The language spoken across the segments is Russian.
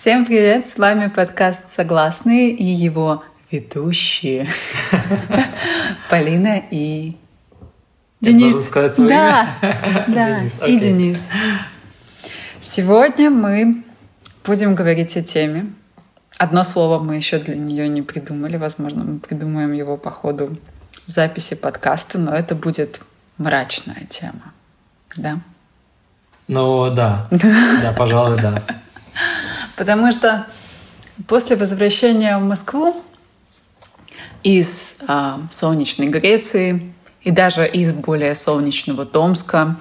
Всем привет! С вами подкаст «Согласные» и его ведущие Полина и Денис. Можно сказать свое имя? Да, Денис, и Денис. Сегодня мы будем говорить о теме. Одно слово мы еще для нее не придумали. Возможно, мы придумаем его по ходу записи подкаста, но это будет мрачная тема. Да? Ну да, да, пожалуй, да. Потому что после возвращения в Москву из солнечной Греции и даже из более солнечного Томска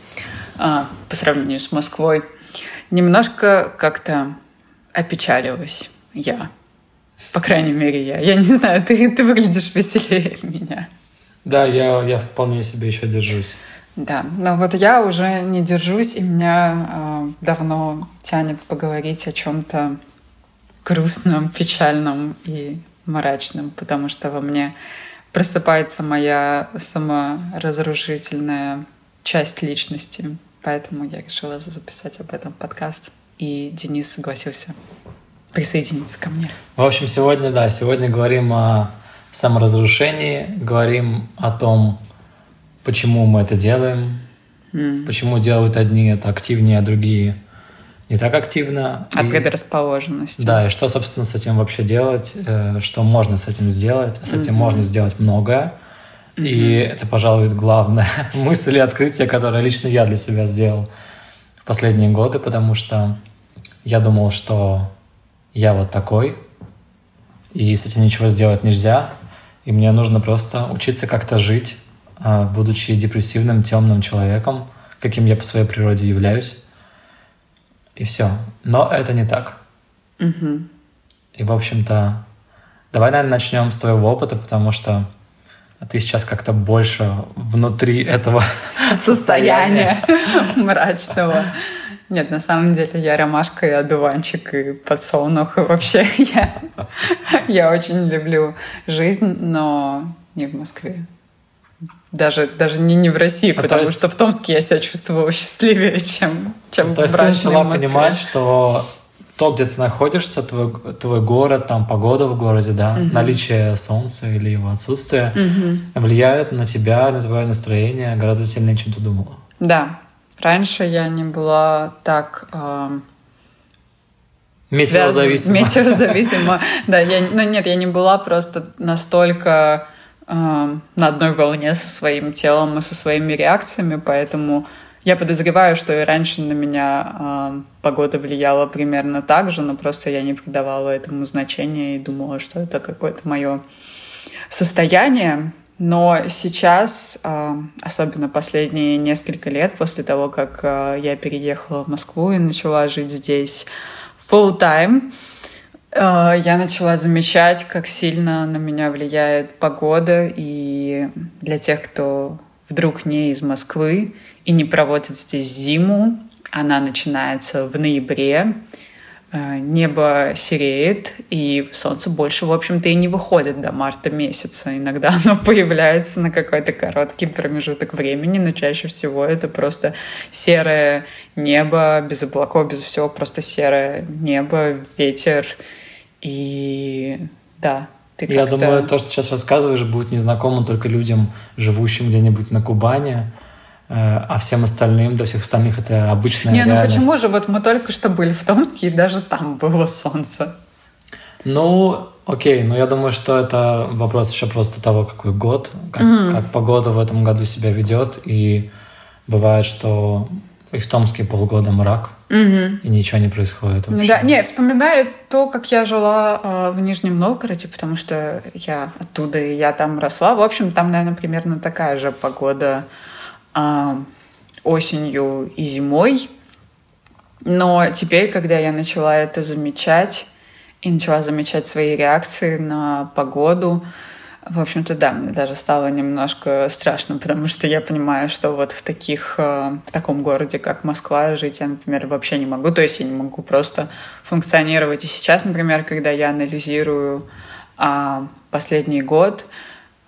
по сравнению с Москвой, немножко как-то опечалилась я. По крайней мере, я. Я не знаю, ты выглядишь веселее меня. Да, я вполне себе еще держусь. Да, но вот я уже не держусь, и меня давно тянет поговорить о чем-то грустном, печальном и мрачном, потому что во мне просыпается моя саморазрушительная часть личности. Поэтому я решила записать об этом подкаст, и Денис согласился присоединиться ко мне. В общем, сегодня говорим о саморазрушении, говорим о том, почему мы это делаем, почему делают одни это активнее, а другие не так активно. О предрасположенности. Да, и что, собственно, с этим вообще делать, что можно с этим сделать. С этим можно сделать многое. И это, пожалуй, главная мысль и открытие, которое лично я для себя сделал в последние годы, потому что я думал, что я вот такой, и с этим ничего сделать нельзя, и мне нужно просто учиться как-то жить, будучи депрессивным, темным человеком, каким я по своей природе являюсь. И все. Но это не так. И, в общем-то, давай, наверное, начнем с твоего опыта, потому что ты сейчас как-то больше внутри этого состояния мрачного. Нет, на самом деле я ромашка и одуванчик, и подсолнух, и вообще я очень люблю жизнь, но не в Москве. Даже не в России, потому что в Томске я себя чувствовала счастливее, чем в то есть ты начала понимать, что то, где ты находишься, твой город, там погода в городе, да, наличие солнца или его отсутствие влияет на тебя, на твое настроение гораздо сильнее, чем ты думала. Да. Раньше я не была так метеозависима. Да, я не была просто настолько на одной волне со своим телом и со своими реакциями, поэтому я подозреваю, что и раньше на меня погода влияла примерно так же, но просто я не придавала этому значения и думала, что это какое-то мое состояние. Но сейчас, особенно последние несколько лет, после того, как я переехала в Москву и начала жить здесь full-time, я начала замечать, как сильно на меня влияет погода. И для тех, кто вдруг не из Москвы и не проводит здесь зиму, она начинается в ноябре. Небо сереет, и солнце больше, в общем-то, и не выходит до марта месяца. Иногда оно появляется на какой-то короткий промежуток времени, но чаще всего это просто серое небо, без облаков, без всего, просто серое небо, ветер. И да, ты Я думаю, то, что сейчас рассказываешь, будет незнакомо только людям, живущим где-нибудь на Кубани, а всем остальным, для всех остальных это обычная реальность. Почему же? Вот мы только что были в Томске, и даже там было солнце. Ну, окей, но я думаю, что это вопрос еще просто того, какой год, как погода в этом году себя ведет, и бывает, что и в Томске полгода мрак, и ничего не происходит вообще. Да, не, вспоминаю то, как я жила в Нижнем Новгороде, потому что я оттуда, и я там росла. В общем, там, наверное, примерно такая же погода осенью и зимой. Но теперь, когда я начала это замечать и начала замечать свои реакции на погоду, в общем-то, да, мне даже стало немножко страшно, потому что я понимаю, что вот в таком городе, как Москва, жить я, например, вообще не могу. То есть я не могу просто функционировать. И сейчас, например, когда я анализирую последний год,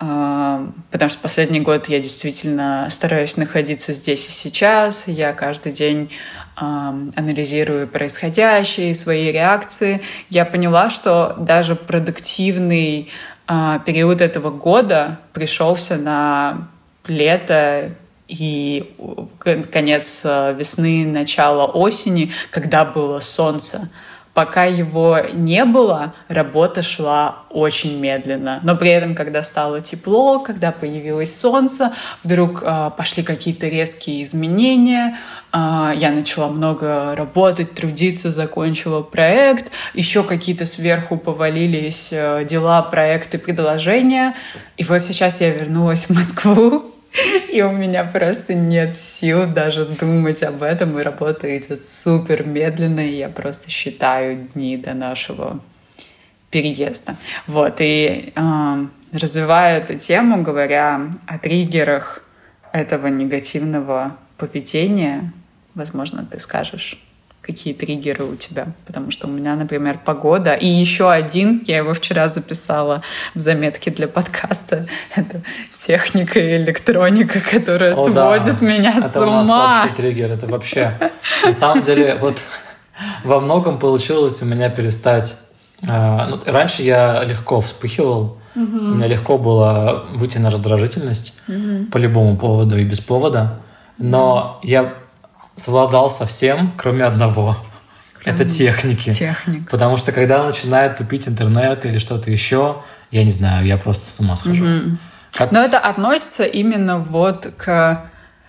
потому что последний год я действительно стараюсь находиться здесь и сейчас. Я каждый день анализирую происходящее, свои реакции. Я поняла, что даже продуктивный период этого года пришелся на лето и конец весны, начало осени, когда было солнце. Пока его не было, работа шла очень медленно. Но при этом, когда стало тепло, когда появилось солнце, вдруг пошли какие-то резкие изменения. Я начала много работать, трудиться, закончила проект. Еще какие-то сверху повалились дела, проекты, предложения. И вот сейчас я вернулась в Москву. И у меня просто нет сил даже думать об этом, и работа идет супер медленно, и я просто считаю дни до нашего переезда. Вот, и развиваю эту тему, говоря о триггерах этого негативного поведения. Возможно, ты скажешь, какие триггеры у тебя. Потому что у меня, например, погода. И еще один, я его вчера записала в заметке для подкаста. Это техника и электроника, которая сводит меня с ума. Это у нас вообще триггер. Это вообще... На самом деле, вот во многом получилось у меня перестать... раньше я легко вспыхивал. У меня легко было выйти на раздражительность по любому поводу и без повода. Но я совладал со всем, кроме одного. Это техники. Потому что когда начинает тупить интернет или что-то еще, я не знаю, я просто с ума схожу. Но это относится именно вот к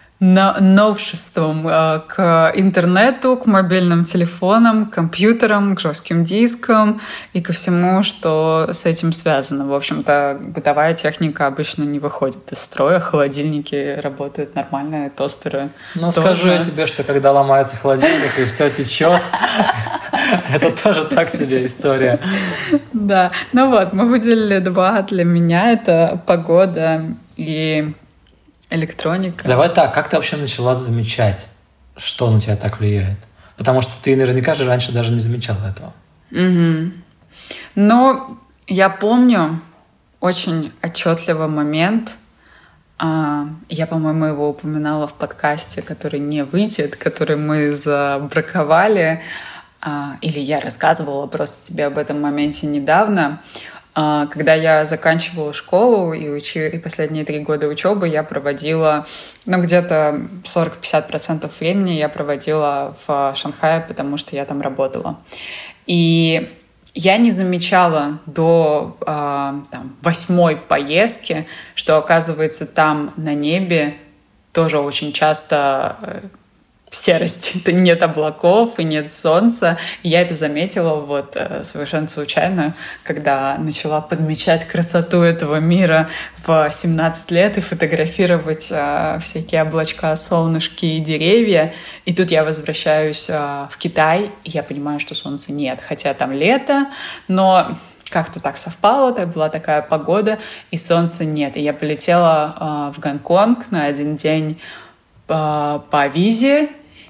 новшествам, к интернету, к мобильным телефонам, к компьютерам, к жестким дискам и ко всему, что с этим связано. В общем-то, бытовая техника обычно не выходит из строя, холодильники работают нормально, тостеры тоже. Скажу я тебе, что когда ломается холодильник и все течет, это тоже так себе история. Да, мы выделили два для меня, это погода и электроника. Давай так, как ты вообще начала замечать, что на тебя так влияет? Потому что ты наверняка же раньше даже не замечала этого. Но я помню очень отчетливый момент. Я, по-моему, его упоминала в подкасте, который не выйдет, который мы забраковали. Или я рассказывала просто тебе об этом моменте недавно. Когда я заканчивала школу и последние 3 года учебы я проводила, где-то 40-50% времени я проводила в Шанхае, потому что я там работала. И я не замечала до 8-й поездки, что, оказывается, там на небе тоже очень часто серость. Это нет облаков и нет солнца. И я это заметила совершенно случайно, когда начала подмечать красоту этого мира в 17 лет и фотографировать всякие облачка, солнышки и деревья. И тут я возвращаюсь в Китай, и я понимаю, что солнца нет. Хотя там лето, но как-то так совпало, была такая погода, и солнца нет. И я полетела в Гонконг на 1 день по визе,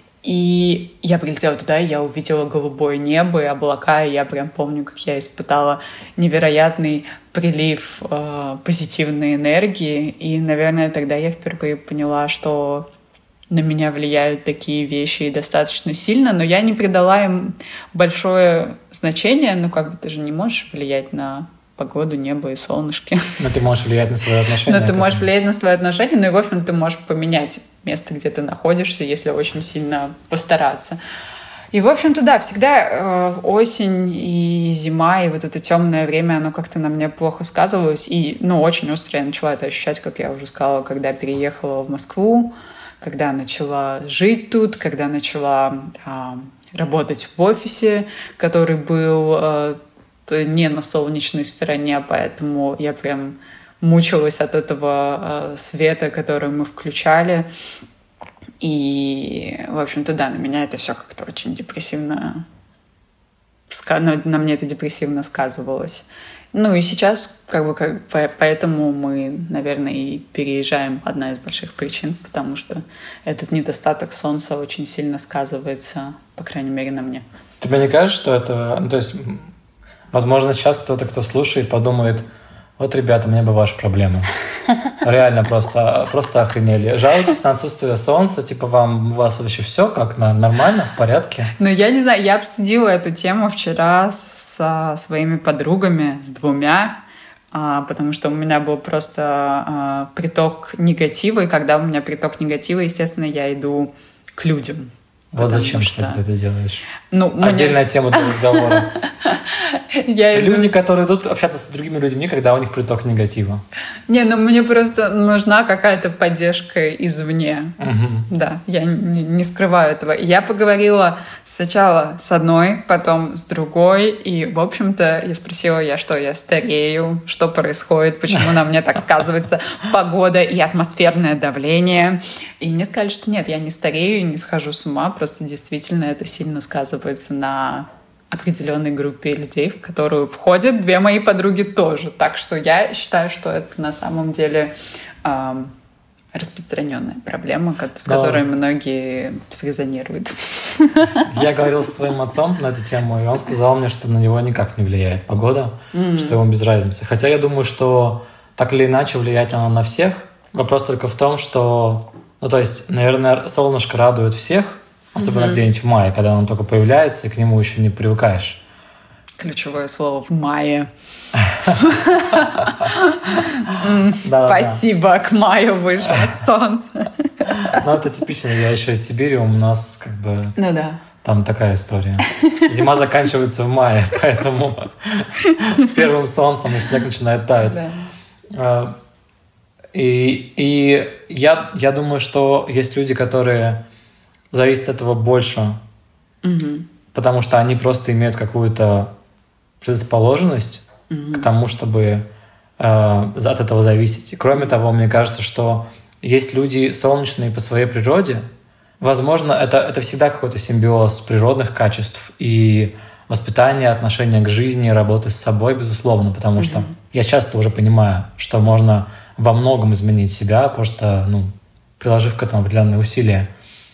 и я прилетела туда, и я увидела голубое небо и облака, и я прям помню, как я испытала невероятный прилив позитивной энергии. И, наверное, тогда я впервые поняла, что на меня влияют такие вещи и достаточно сильно, но я не придала им большое значение. Ты же не можешь влиять на погоду, небо и солнышки. Но ты можешь влиять на свои отношения. Но ты можешь влиять на свои отношения, и, в общем, ты можешь поменять место, где ты находишься, если очень сильно постараться. И, в общем-то, да, всегда осень и зима, и вот это темное время, оно как-то на мне плохо сказывалось. И, очень остро я начала это ощущать, как я уже сказала, когда переехала в Москву, когда начала жить тут, когда начала работать в офисе, который был не на солнечной стороне, поэтому я прям мучилась от этого света, который мы включали. И, в общем-то, да, на меня это все как-то очень депрессивно... На мне это депрессивно сказывалось. И сейчас, поэтому мы, наверное, и переезжаем. Одна из больших причин, потому что этот недостаток солнца очень сильно сказывается, по крайней мере, на мне. Тебе не кажется, что это... возможно, сейчас кто-то, кто слушает, подумает: Вот, ребята, у меня бы ваши проблемы. Реально просто охренели. Жалуетесь на отсутствие солнца, типа у вас вообще все как нормально, в порядке? Ну, я не знаю, я обсудила эту тему вчера со своими подругами, с 2, потому что у меня был просто приток негатива, и когда у меня приток негатива, естественно, я иду к людям. Вот зачем, кстати, ты это делаешь? Ну, отдельная тема для разговора. Люди, которые идут общаться с другими людьми, когда у них приток негатива. Не, ну мне просто нужна какая-то поддержка извне. Да, я не скрываю этого. Я поговорила сначала с одной, потом с другой, и, в общем-то, я спросила, я старею, что происходит, почему на мне так сказывается погода и атмосферное давление. И мне сказали, что нет, я не старею, не схожу с ума, просто действительно это сильно сказывается на определенной группе людей, в которую входят 2 мои подруги тоже. Так что я считаю, что это на самом деле распространенная проблема, с которой многие срезонируют. Я говорил со своим отцом на эту тему, и он сказал мне, что на него никак не влияет погода, что ему без разницы. Хотя я думаю, что так или иначе влияет она на всех. Вопрос только в том, что... Ну, то есть, наверное, солнышко радует всех, особенно где-нибудь в мае, когда оно только появляется, и к нему еще не привыкаешь. Ключевое слово в мае. Спасибо, к маю вышло солнце. Ну, это типично. Я еще из Сибири, у нас как бы... Ну да. Там такая история. Зима заканчивается в мае, поэтому с первым солнцем и снег начинает таять. И я думаю, что есть люди, которые зависят от этого больше, потому что они просто имеют какую-то предрасположенность к тому, чтобы от этого зависеть. И кроме того, мне кажется, что есть люди солнечные по своей природе. Возможно, это всегда какой-то симбиоз природных качеств и воспитания, отношения к жизни, работы с собой, безусловно, потому что я часто уже понимаю, что можно во многом изменить себя, просто приложив к этому определенные усилия.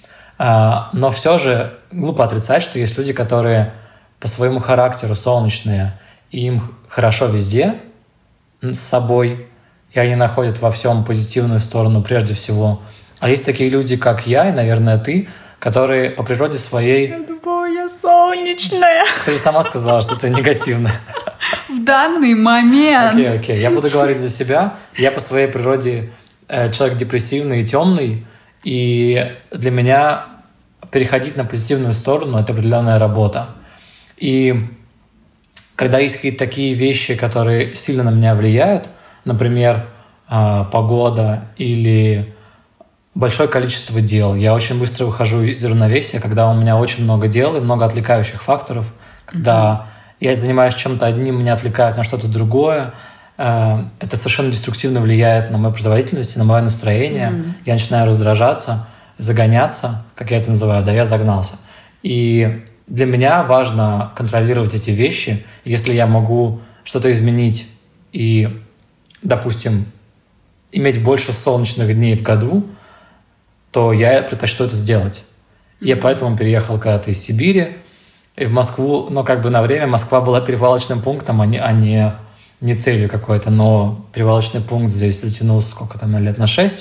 Но все же глупо отрицать, что есть люди, которые по своему характеру солнечные, и им хорошо везде с собой, и они находят во всем позитивную сторону прежде всего. А есть такие люди, как я, и, наверное, ты, которые по природе своей... Я думаю, я солнечная. Ты же сама сказала, что ты негативная. В данный момент. Окей. Я буду говорить за себя. Я по своей природе человек депрессивный и темный, и для меня переходить на позитивную сторону – это определенная работа. И когда есть какие-то такие вещи, которые сильно на меня влияют, например, погода или большое количество дел, я очень быстро выхожу из равновесия, когда у меня очень много дел и много отвлекающих факторов, когда я занимаюсь чем-то одним, меня отвлекают на что-то другое, это совершенно деструктивно влияет на мою производительность, на мое настроение. Я начинаю раздражаться, загоняться, как я это называю, я загнался. И для меня важно контролировать эти вещи. Если я могу что-то изменить и, допустим, иметь больше солнечных дней в году, то я предпочту это сделать. Я поэтому переехал когда-то из Сибири и в Москву, но на время Москва была перевалочным пунктом, а не целью какой-то, но перевалочный пункт здесь затянулся лет на 6.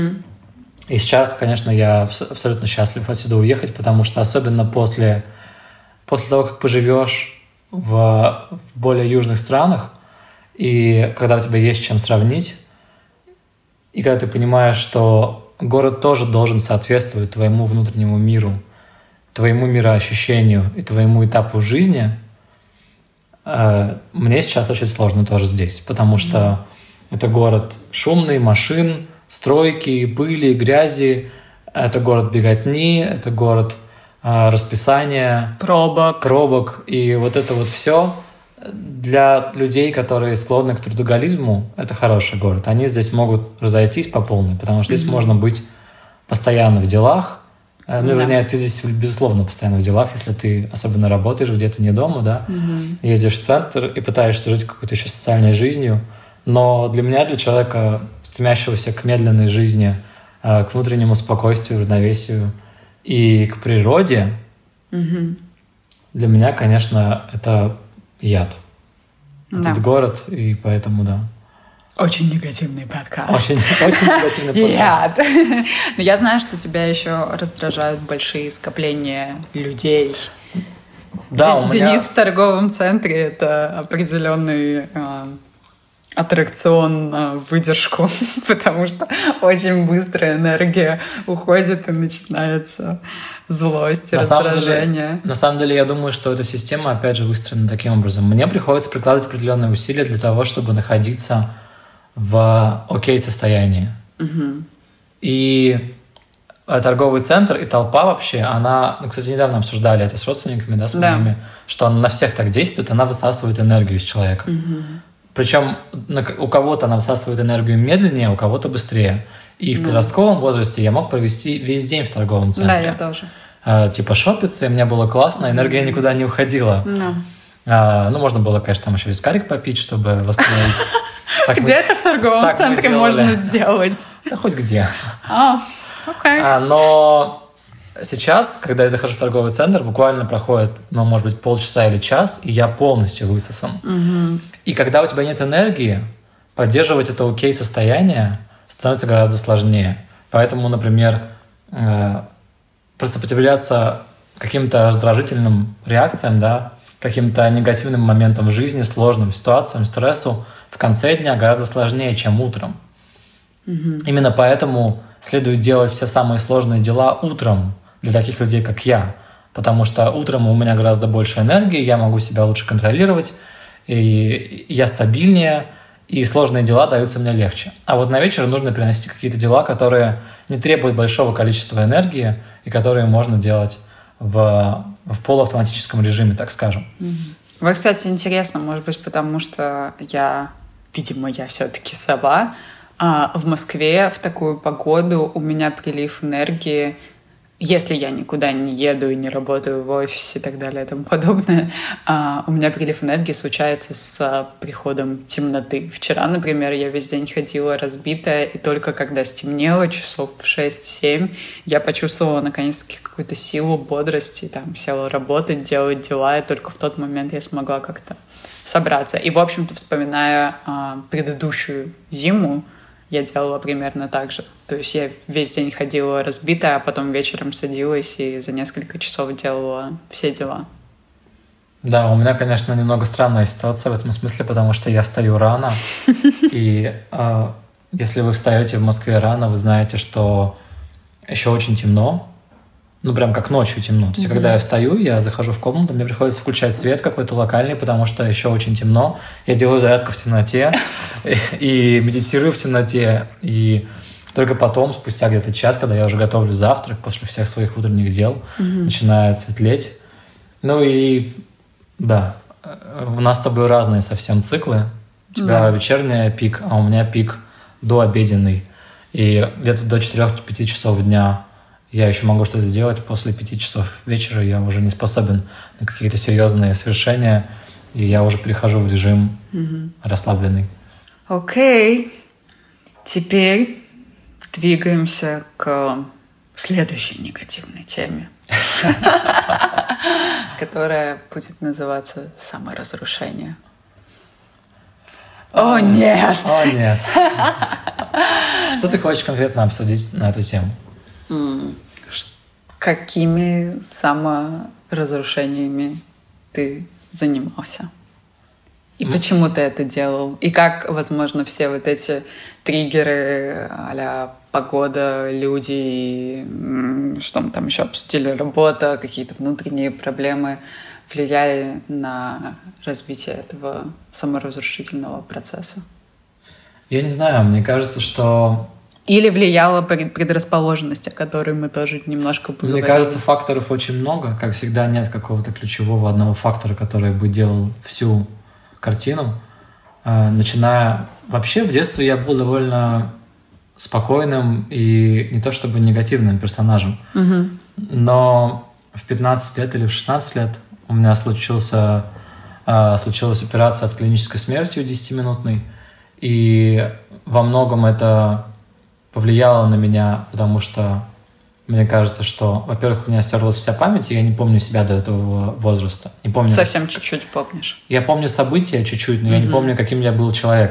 И сейчас, конечно, я абсолютно счастлив отсюда уехать, потому что особенно после того, как поживешь в более южных странах, и когда у тебя есть чем сравнить, и когда ты понимаешь, что город тоже должен соответствовать твоему внутреннему миру, твоему мироощущению и твоему этапу в жизни, мне сейчас очень сложно тоже здесь, потому что это город шумный, машин, стройки, пыли, грязи, это город беготни, это город расписания, пробок, и вот это вот все для людей, которые склонны к трудоголизму, это хороший город. Они здесь могут разойтись по полной, потому что здесь можно быть постоянно в делах. Вернее, ты здесь, безусловно, постоянно в делах, если ты особенно работаешь где-то не дома, ездишь в центр и пытаешься жить какой-то еще социальной жизнью. Но для меня, для человека, стремящегося к медленной жизни, к внутреннему спокойствию, равновесию и к природе, для меня, конечно, это яд. Этот город, и поэтому, Очень негативный подкаст. Очень негативный подкаст. Нет. Но я знаю, что тебя еще раздражают большие скопления людей. Да, Денис в торговом центре — это определенный аттракцион на выдержку, потому что очень быстрая энергия уходит и начинается злость, раздражение. На самом деле, я думаю, что эта система, опять же, выстроена таким образом. Мне приходится прикладывать определенные усилия для того, чтобы находиться в окей-состоянии. Угу. И торговый центр и толпа вообще, она... Ну, кстати, недавно обсуждали это с родственниками, да, с моими, что она на всех так действует, она высасывает энергию из человека. Угу. Причем у кого-то она всасывает энергию медленнее, у кого-то быстрее. И в подростковом возрасте я мог провести весь день в торговом центре. Да, я тоже. Типа шопиться, и мне было классно, энергия никуда не уходила. Ну, можно было, конечно, там еще вискарик попить, чтобы восстановить. Где это в торговом центре можно сделать? Да хоть где. Окей. Но сейчас, когда я захожу в торговый центр, буквально проходит, ну, может быть, полчаса или час, и я полностью высосан. Угу. И когда у тебя нет энергии, поддерживать это окей-состояние становится гораздо сложнее. Поэтому, например, сопротивляться каким-то раздражительным реакциям, да, каким-то негативным моментам в жизни, сложным ситуациям, стрессу в конце дня гораздо сложнее, чем утром. Угу. Именно поэтому следует делать все самые сложные дела утром для таких людей, как я. Потому что утром у меня гораздо больше энергии, я могу себя лучше контролировать, и я стабильнее, и сложные дела даются мне легче. А вот на вечер нужно переносить какие-то дела, которые не требуют большого количества энергии и которые можно делать в полуавтоматическом режиме, так скажем. Вот, кстати, интересно, может быть, потому что я все-таки сова. В Москве в такую погоду у меня прилив энергии, если я никуда не еду и не работаю в офисе и так далее и тому подобное, у меня прилив энергии случается с приходом темноты. Вчера, например, я весь день ходила разбитая, и только когда стемнело, часов в 6-7, я почувствовала наконец-таки какую-то силу, бодрость, и там села работать, делать дела, и только в тот момент я смогла как-то собраться. И, в общем-то, вспоминая предыдущую зиму, я делала примерно так же. То есть я весь день ходила разбитая, а потом вечером садилась и за несколько часов делала все дела. Да, у меня, конечно, немного странная ситуация в этом смысле, потому что я встаю рано. И если вы встаете в Москве рано, вы знаете, что еще очень темно. Ну, прям как ночью темно. То есть, когда я встаю, я захожу в комнату, мне приходится включать свет какой-то локальный, потому что еще очень темно. Я делаю зарядку в темноте и медитирую в темноте. И только потом, спустя где-то час, когда я уже готовлю завтрак, после всех своих утренних дел, начинает светлеть. Ну и да, у нас с тобой разные совсем циклы. У тебя вечерний пик, а у меня пик дообеденный. И где-то до 4-5 часов дня я еще могу что-то делать, после 5 часов вечера я уже не способен на какие-то серьезные свершения, и я уже перехожу в режим расслабленный. Окей. Теперь двигаемся к следующей негативной теме, которая будет называться саморазрушение. О, нет! О, нет! Что ты хочешь конкретно обсудить на эту тему? Какими саморазрушениями ты занимался? И почему ты это делал? И как, возможно, все вот эти триггеры а-ля погода, люди, и, что мы там еще обсудили, работа, какие-то внутренние проблемы влияли на развитие этого саморазрушительного процесса? Я не знаю, мне кажется, что... Или влияла предрасположенность, о которой мы тоже немножко поговорили? Мне кажется, факторов очень много. Как всегда, нет какого-то ключевого одного фактора, который бы делал всю картину. Начиная... Вообще, в детстве я был довольно спокойным и не то чтобы негативным персонажем. Но в 15 лет или в 16 лет у меня случилась операция с клинической смертью 10-минутной. И во многом это повлияло на меня, потому что мне кажется, что, во-первых, у меня стерлась вся память, и я не помню себя до этого возраста. Не помню. Совсем чуть-чуть помнишь? Я помню события чуть-чуть, но я не помню, каким я был человеком.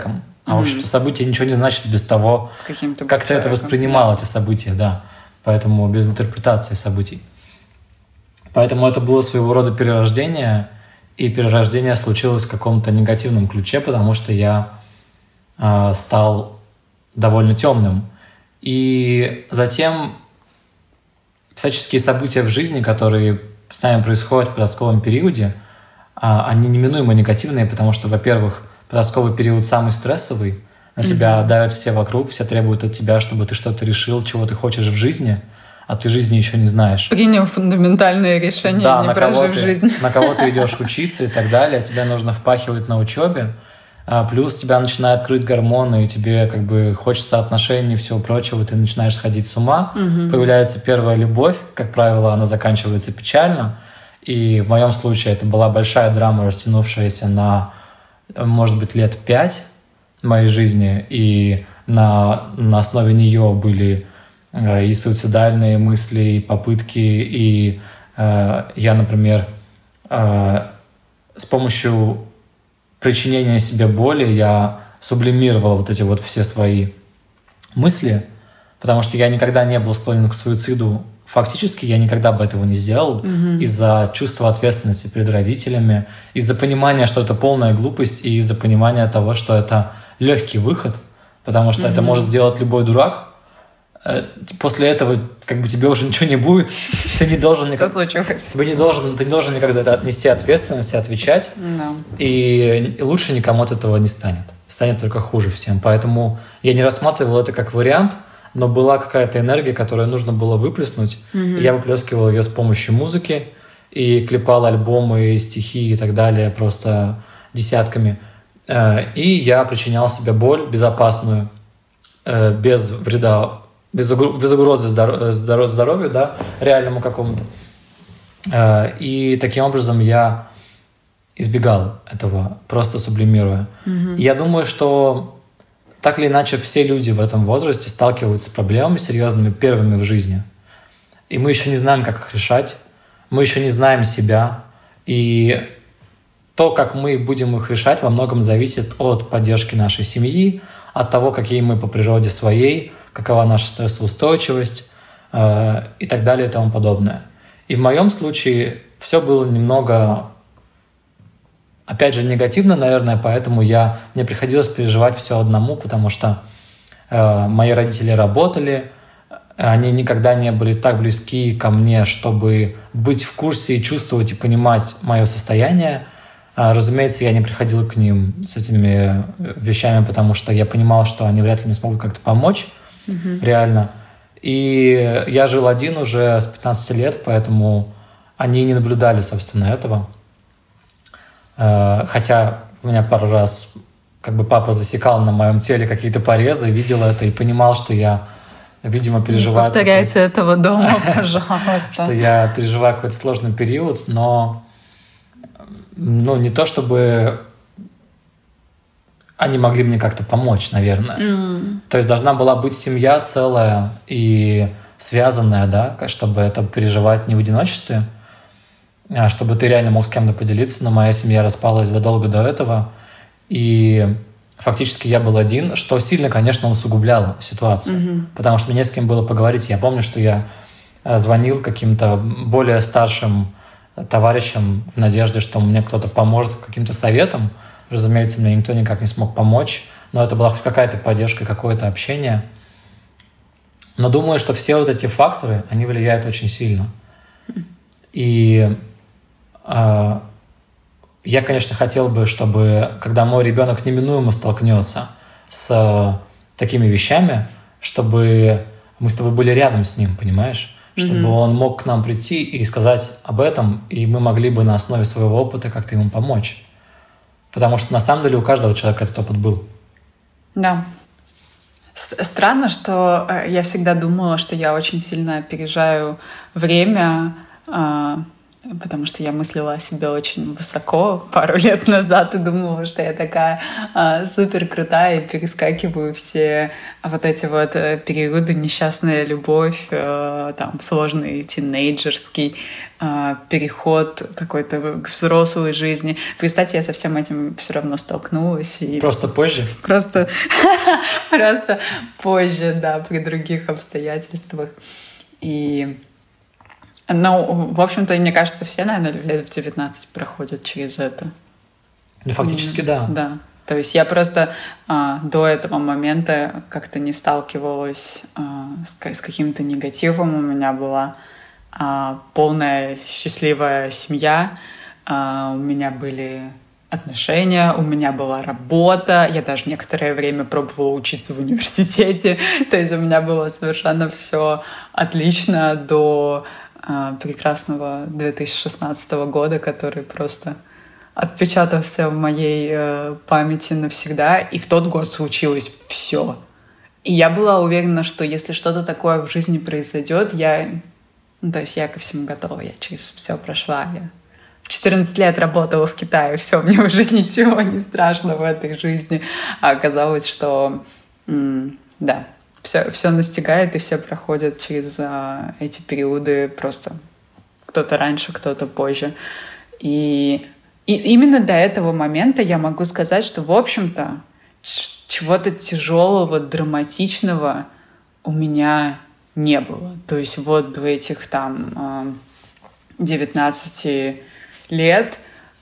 А в общем-то событие ничего не значит без того, как ты это воспринимал, эти события, да. Поэтому без интерпретации событий. Поэтому это было своего рода перерождение, и перерождение случилось в каком-то негативном ключе, потому что я стал довольно темным. И затем всяческие события в жизни, которые с нами происходят в подростковом периоде, они неминуемо негативные, потому что, во-первых, подростковый период самый стрессовый, на тебя давят все вокруг, все требуют от тебя, чтобы ты что-то решил, чего ты хочешь в жизни, а ты жизни еще не знаешь. Принял фундаментальные решения, да, не прожив жизнь. На кого ты идешь учиться и так далее, тебя нужно впахивать на учебе, плюс тебя начинают крыть гормоны, и тебе как бы хочется отношений и всего прочего, ты начинаешь сходить с ума, появляется первая любовь, как правило, она заканчивается печально, и в моем случае это была большая драма, растянувшаяся на, может быть, лет 5 моей жизни, и на основе нее были и суицидальные мысли, и попытки, и я, например, с помощью причинения себе боли я сублимировал вот эти вот все свои мысли, потому что я никогда не был склонен к суициду. Фактически я никогда бы этого не сделал из-за чувства ответственности перед родителями, из-за понимания, что это полная глупость, и из-за понимания того, что это легкий выход, потому что это может сделать любой дурак. После этого как бы тебе уже ничего не будет. Ты не должен никак... Ты не должен никак за это отнести ответственность и отвечать. И лучше никому от этого не станет. Станет только хуже всем. Поэтому я не рассматривал это как вариант, но была какая-то энергия, которую нужно было выплеснуть. И я выплескивал ее с помощью музыки и клепал альбомы, стихи и так далее просто десятками. И я причинял себе боль безопасную, без вреда, без угрозы здоровью, да, реальному какому-то. И таким образом я избегал этого, просто сублимируя. Я думаю, что так или иначе все люди в этом возрасте сталкиваются с проблемами серьезными первыми в жизни. И мы еще не знаем, как их решать, мы еще не знаем себя. И то, как мы будем их решать, во многом зависит от поддержки нашей семьи, от того, какие мы по природе своей, какова наша стрессоустойчивость и так далее и тому подобное. И в моем случае все было немного, опять же, негативно, наверное, поэтому мне приходилось переживать все одному, потому что мои родители работали, они никогда не были так близки ко мне, чтобы быть в курсе и чувствовать и понимать мое состояние. Разумеется, я не приходил к ним с этими вещами, потому что я понимал, что они вряд ли мне смогут как-то помочь, реально. И я жил один уже с 15 лет, поэтому они не наблюдали, собственно, этого. Хотя у меня пару раз как бы папа засекал на моем теле какие-то порезы, видел это и понимал, что я, видимо, переживаю... Не повторяйте этого дома, пожалуйста. Что я переживаю какой-то сложный период, но не то чтобы они могли мне как-то помочь, наверное. То есть должна была быть семья целая и связанная, да, чтобы это переживать не в одиночестве, а чтобы ты реально мог с кем-то поделиться. Но моя семья распалась задолго до этого, и фактически я был один, что сильно, конечно, усугубляло ситуацию, потому что мне не с кем было поговорить. Я помню, что я звонил каким-то более старшим товарищам в надежде, что мне кто-то поможет каким-то советом. Разумеется, мне никто никак не смог помочь, но это была хоть какая-то поддержка, какое-то общение. Но думаю, что все вот эти факторы, они влияют очень сильно. И я, конечно, хотел бы, чтобы, когда мой ребенок неминуемо столкнется с такими вещами, чтобы мы с тобой были рядом с ним, понимаешь? Чтобы он мог к нам прийти и сказать об этом, и мы могли бы на основе своего опыта как-то ему помочь. Потому что на самом деле у каждого человека этот опыт был. Да. Странно, что я всегда думала, что я очень сильно опережаю время, потому что я мыслила о себе очень высоко пару лет назад и думала, что я такая супер крутая, и перескакиваю все вот эти вот периоды: несчастная любовь, там сложный тинейджерский переход какой-то к взрослой жизни. Кстати, я со всем этим все равно столкнулась. Просто позже? Просто позже, да, при других обстоятельствах. Ну, в общем-то, мне кажется, все, наверное, лет в 19 проходят через это. Ну, фактически, да. Да. То есть я просто до этого момента как-то не сталкивалась с каким-то негативом. У меня была полная счастливая семья, у меня были отношения, у меня была работа, я даже некоторое время пробовала учиться в университете. То есть у меня было совершенно все отлично до прекрасного 2016 года, который просто отпечатался в моей памяти навсегда. И в тот год случилось все. И я была уверена, что если что-то такое в жизни произойдет, то есть я ко всему готова, я через все прошла. Я в 14 лет работала в Китае, все, мне уже ничего не страшно в этой жизни. А оказалось, что да, все настигает, и все проходят через эти периоды просто кто-то раньше, кто-то позже. И именно до этого момента я могу сказать, что, в общем-то, чего-то тяжелого, драматичного у меня не было. То есть вот до этих там 19 лет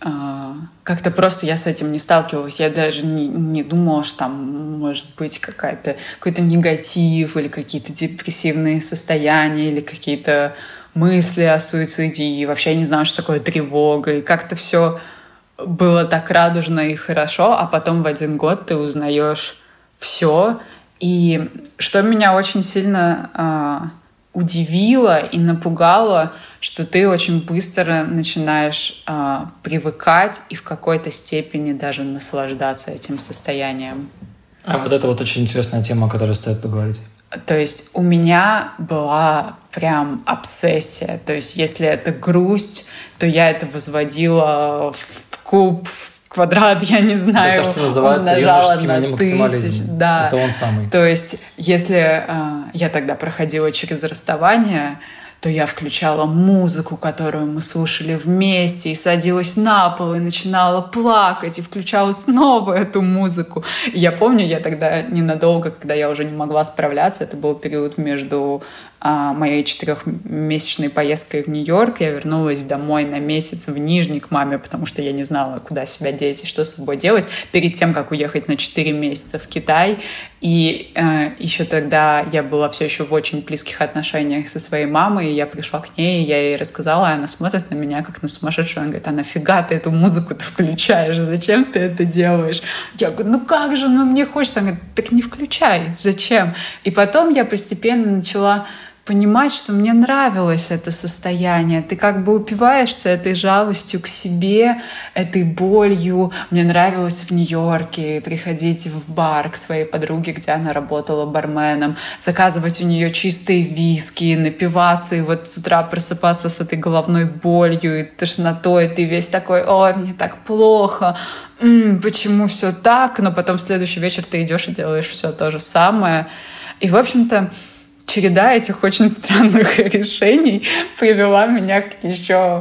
как-то просто я с этим не сталкивалась. Я даже не думала, что там может быть какой-то негатив или какие-то депрессивные состояния или какие-то мысли о суициде. И вообще я не знала, что такое тревога. И как-то все было так радужно и хорошо, а потом в один год ты узнаешь все. И что меня очень сильно удивило и напугало, что ты очень быстро начинаешь привыкать и в какой-то степени даже наслаждаться этим состоянием. А вот это вот очень интересная тема, о которой стоит поговорить. То есть у меня была прям обсессия. То есть если это грусть, то я это возводила в куб, квадрат, я не знаю, это то, что называется юношеским анимаксимализмом. Да. Это он самый. То есть, если я тогда проходила через расставание, то я включала музыку, которую мы слушали вместе, и садилась на пол, и начинала плакать, и включала снова эту музыку. И я помню, я тогда ненадолго, когда я уже не могла справляться, это был период между моей 4-месячной поездкой в Нью-Йорк. Я вернулась домой на месяц в Нижний к маме, потому что я не знала, куда себя деть и что с собой делать, перед тем, как уехать на 4 месяца в Китай. И еще тогда я была все еще в очень близких отношениях со своей мамой, и я пришла к ней, и я ей рассказала, и она смотрит на меня как на сумасшедшую. Она говорит: а нафига ты эту музыку-то включаешь? Зачем ты это делаешь? Я говорю: ну как же, мне хочется. Она говорит: так не включай, зачем? И потом я постепенно начала понимать, что мне нравилось это состояние. Ты как бы упиваешься этой жалостью к себе, этой болью. Мне нравилось в Нью-Йорке приходить в бар к своей подруге, где она работала барменом, заказывать у нее чистые виски, напиваться, и вот с утра просыпаться с этой головной болью и тошнотой. Ты весь такой: ой, мне так плохо, почему все так? Но потом в следующий вечер ты идешь и делаешь все то же самое. И, в общем-то, череда этих очень странных решений привела меня к еще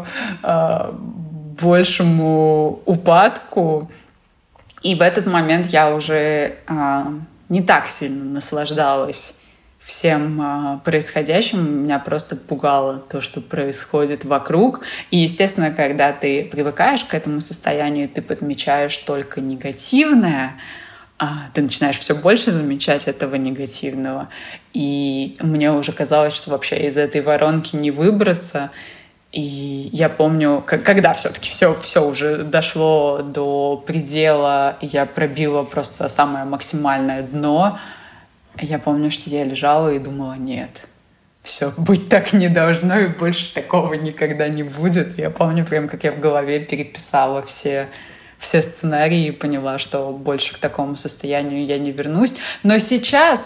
большему упадку. И в этот момент я уже не так сильно наслаждалась всем происходящим. Меня просто пугало то, что происходит вокруг. И, естественно, когда ты привыкаешь к этому состоянию, ты подмечаешь только негативное, ты начинаешь все больше замечать этого негативного. И мне уже казалось, что вообще из этой воронки не выбраться. И я помню, когда все-таки все уже дошло до предела, и я пробила просто самое максимальное дно, я помню, что я лежала и думала: нет, все, быть так не должно, и больше такого никогда не будет. Я помню прям, как я в голове переписала все сценарии и поняла, что больше к такому состоянию я не вернусь. Но сейчас,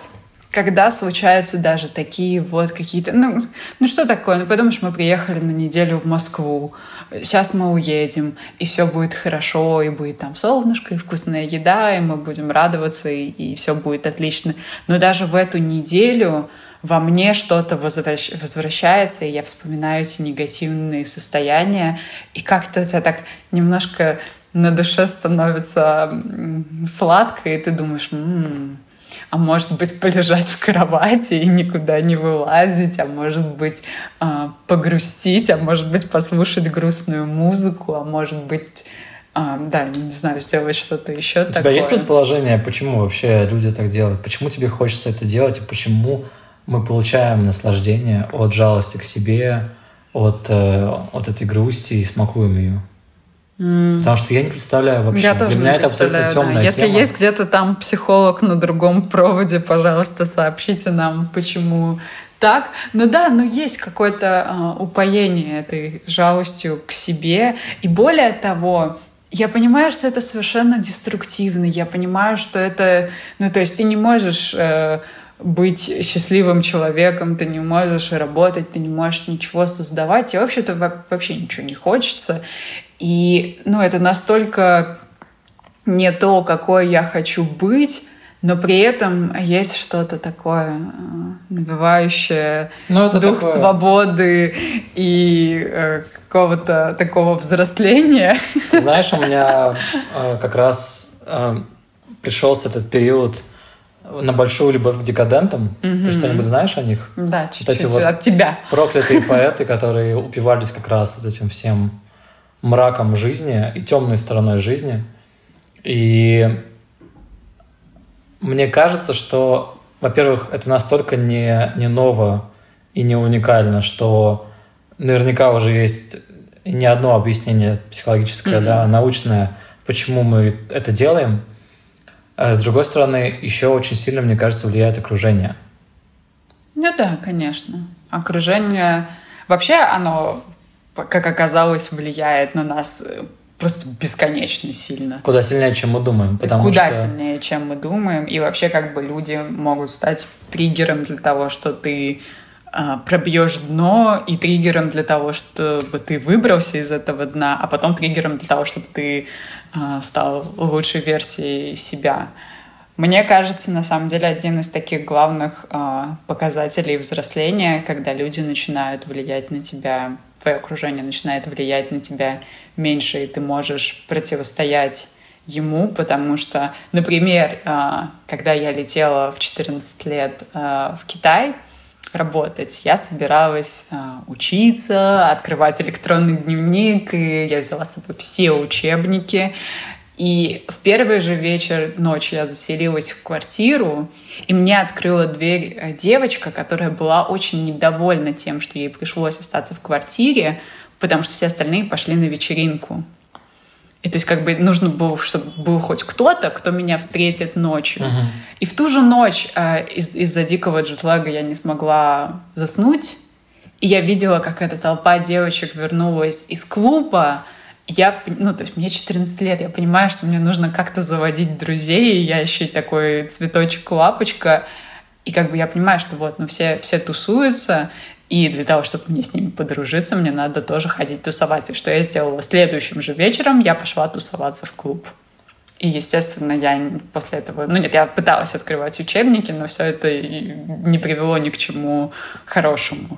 когда случаются даже такие вот какие-то... Ну что такое? Ну, подумаешь, мы приехали на неделю в Москву, сейчас мы уедем, и все будет хорошо, и будет там солнышко, и вкусная еда, и мы будем радоваться, и все будет отлично. Но даже в эту неделю во мне что-то возвращается, и я вспоминаю эти негативные состояния, и как-то у тебя так немножко на душе становится сладко, и ты думаешь, а может быть, полежать в кровати и никуда не вылазить, а может быть, погрустить, а может быть, послушать грустную музыку, а может быть, да, не знаю, сделать что-то еще такое. У тебя есть предположение, почему вообще люди так делают? Почему тебе хочется это делать, и почему мы получаем наслаждение от жалости к себе, от этой грусти и смакуем ее? Потому что я не представляю вообще. Я тоже Для меня не это абсолютно темная тема. Если есть где-то там психолог на другом проводе, пожалуйста, сообщите нам, почему так. Есть какое-то упоение этой жалостью к себе. И более того, я понимаю, что это совершенно деструктивно. Я понимаю, что это... то есть ты не можешь... быть счастливым человеком, ты не можешь работать, ты не можешь ничего создавать, и вообще-то вообще ничего не хочется. И, это настолько не то, какой я хочу быть, но при этом есть что-то такое набивающее дух свободы и какого-то такого взросления. Ты знаешь, у меня как раз пришелся этот период на большую любовь к декадентам. Ты что-нибудь знаешь о них? Да, чуть-чуть от тебя. Проклятые поэты, которые упивались как раз вот этим всем мраком жизни и темной стороной жизни. И мне кажется, что, во-первых, это настолько не ново и не уникально, что наверняка уже есть не одно объяснение психологическое, научное, почему мы это делаем. А с другой стороны, еще очень сильно, мне кажется, влияет окружение. Да, конечно. Окружение... Вообще оно, как оказалось, влияет на нас просто бесконечно сильно. Куда сильнее, чем мы думаем. Сильнее, чем мы думаем. И вообще люди могут стать триггером для того, что ты пробьешь дно, и триггером для того, чтобы ты выбрался из этого дна, а потом триггером для того, чтобы ты стал лучшей версией себя. Мне кажется, на самом деле, один из таких главных показателей взросления, когда люди начинают влиять на тебя, твое окружение начинает влиять на тебя меньше, и ты можешь противостоять ему, потому что, например, когда я летела в 14 лет в Китай работать, я собиралась учиться, открывать электронный дневник, и я взяла с собой все учебники. И в первый же ночь я заселилась в квартиру, и мне открыла дверь девочка, которая была очень недовольна тем, что ей пришлось остаться в квартире, потому что все остальные пошли на вечеринку. И то есть нужно было, чтобы был хоть кто-то, кто меня встретит ночью. И в ту же ночь из-за дикого джетлага я не смогла заснуть. И я видела, как эта толпа девочек вернулась из клуба. То есть мне 14 лет, я понимаю, что мне нужно как-то заводить друзей. Я еще и такой цветочек-лапочка. И я понимаю, что все тусуются. И для того, чтобы мне с ними подружиться, мне надо тоже ходить тусоваться. И что я сделала? Следующим же вечером я пошла тусоваться в клуб. И, естественно, я после этого... я пыталась открывать учебники, но все это не привело ни к чему хорошему.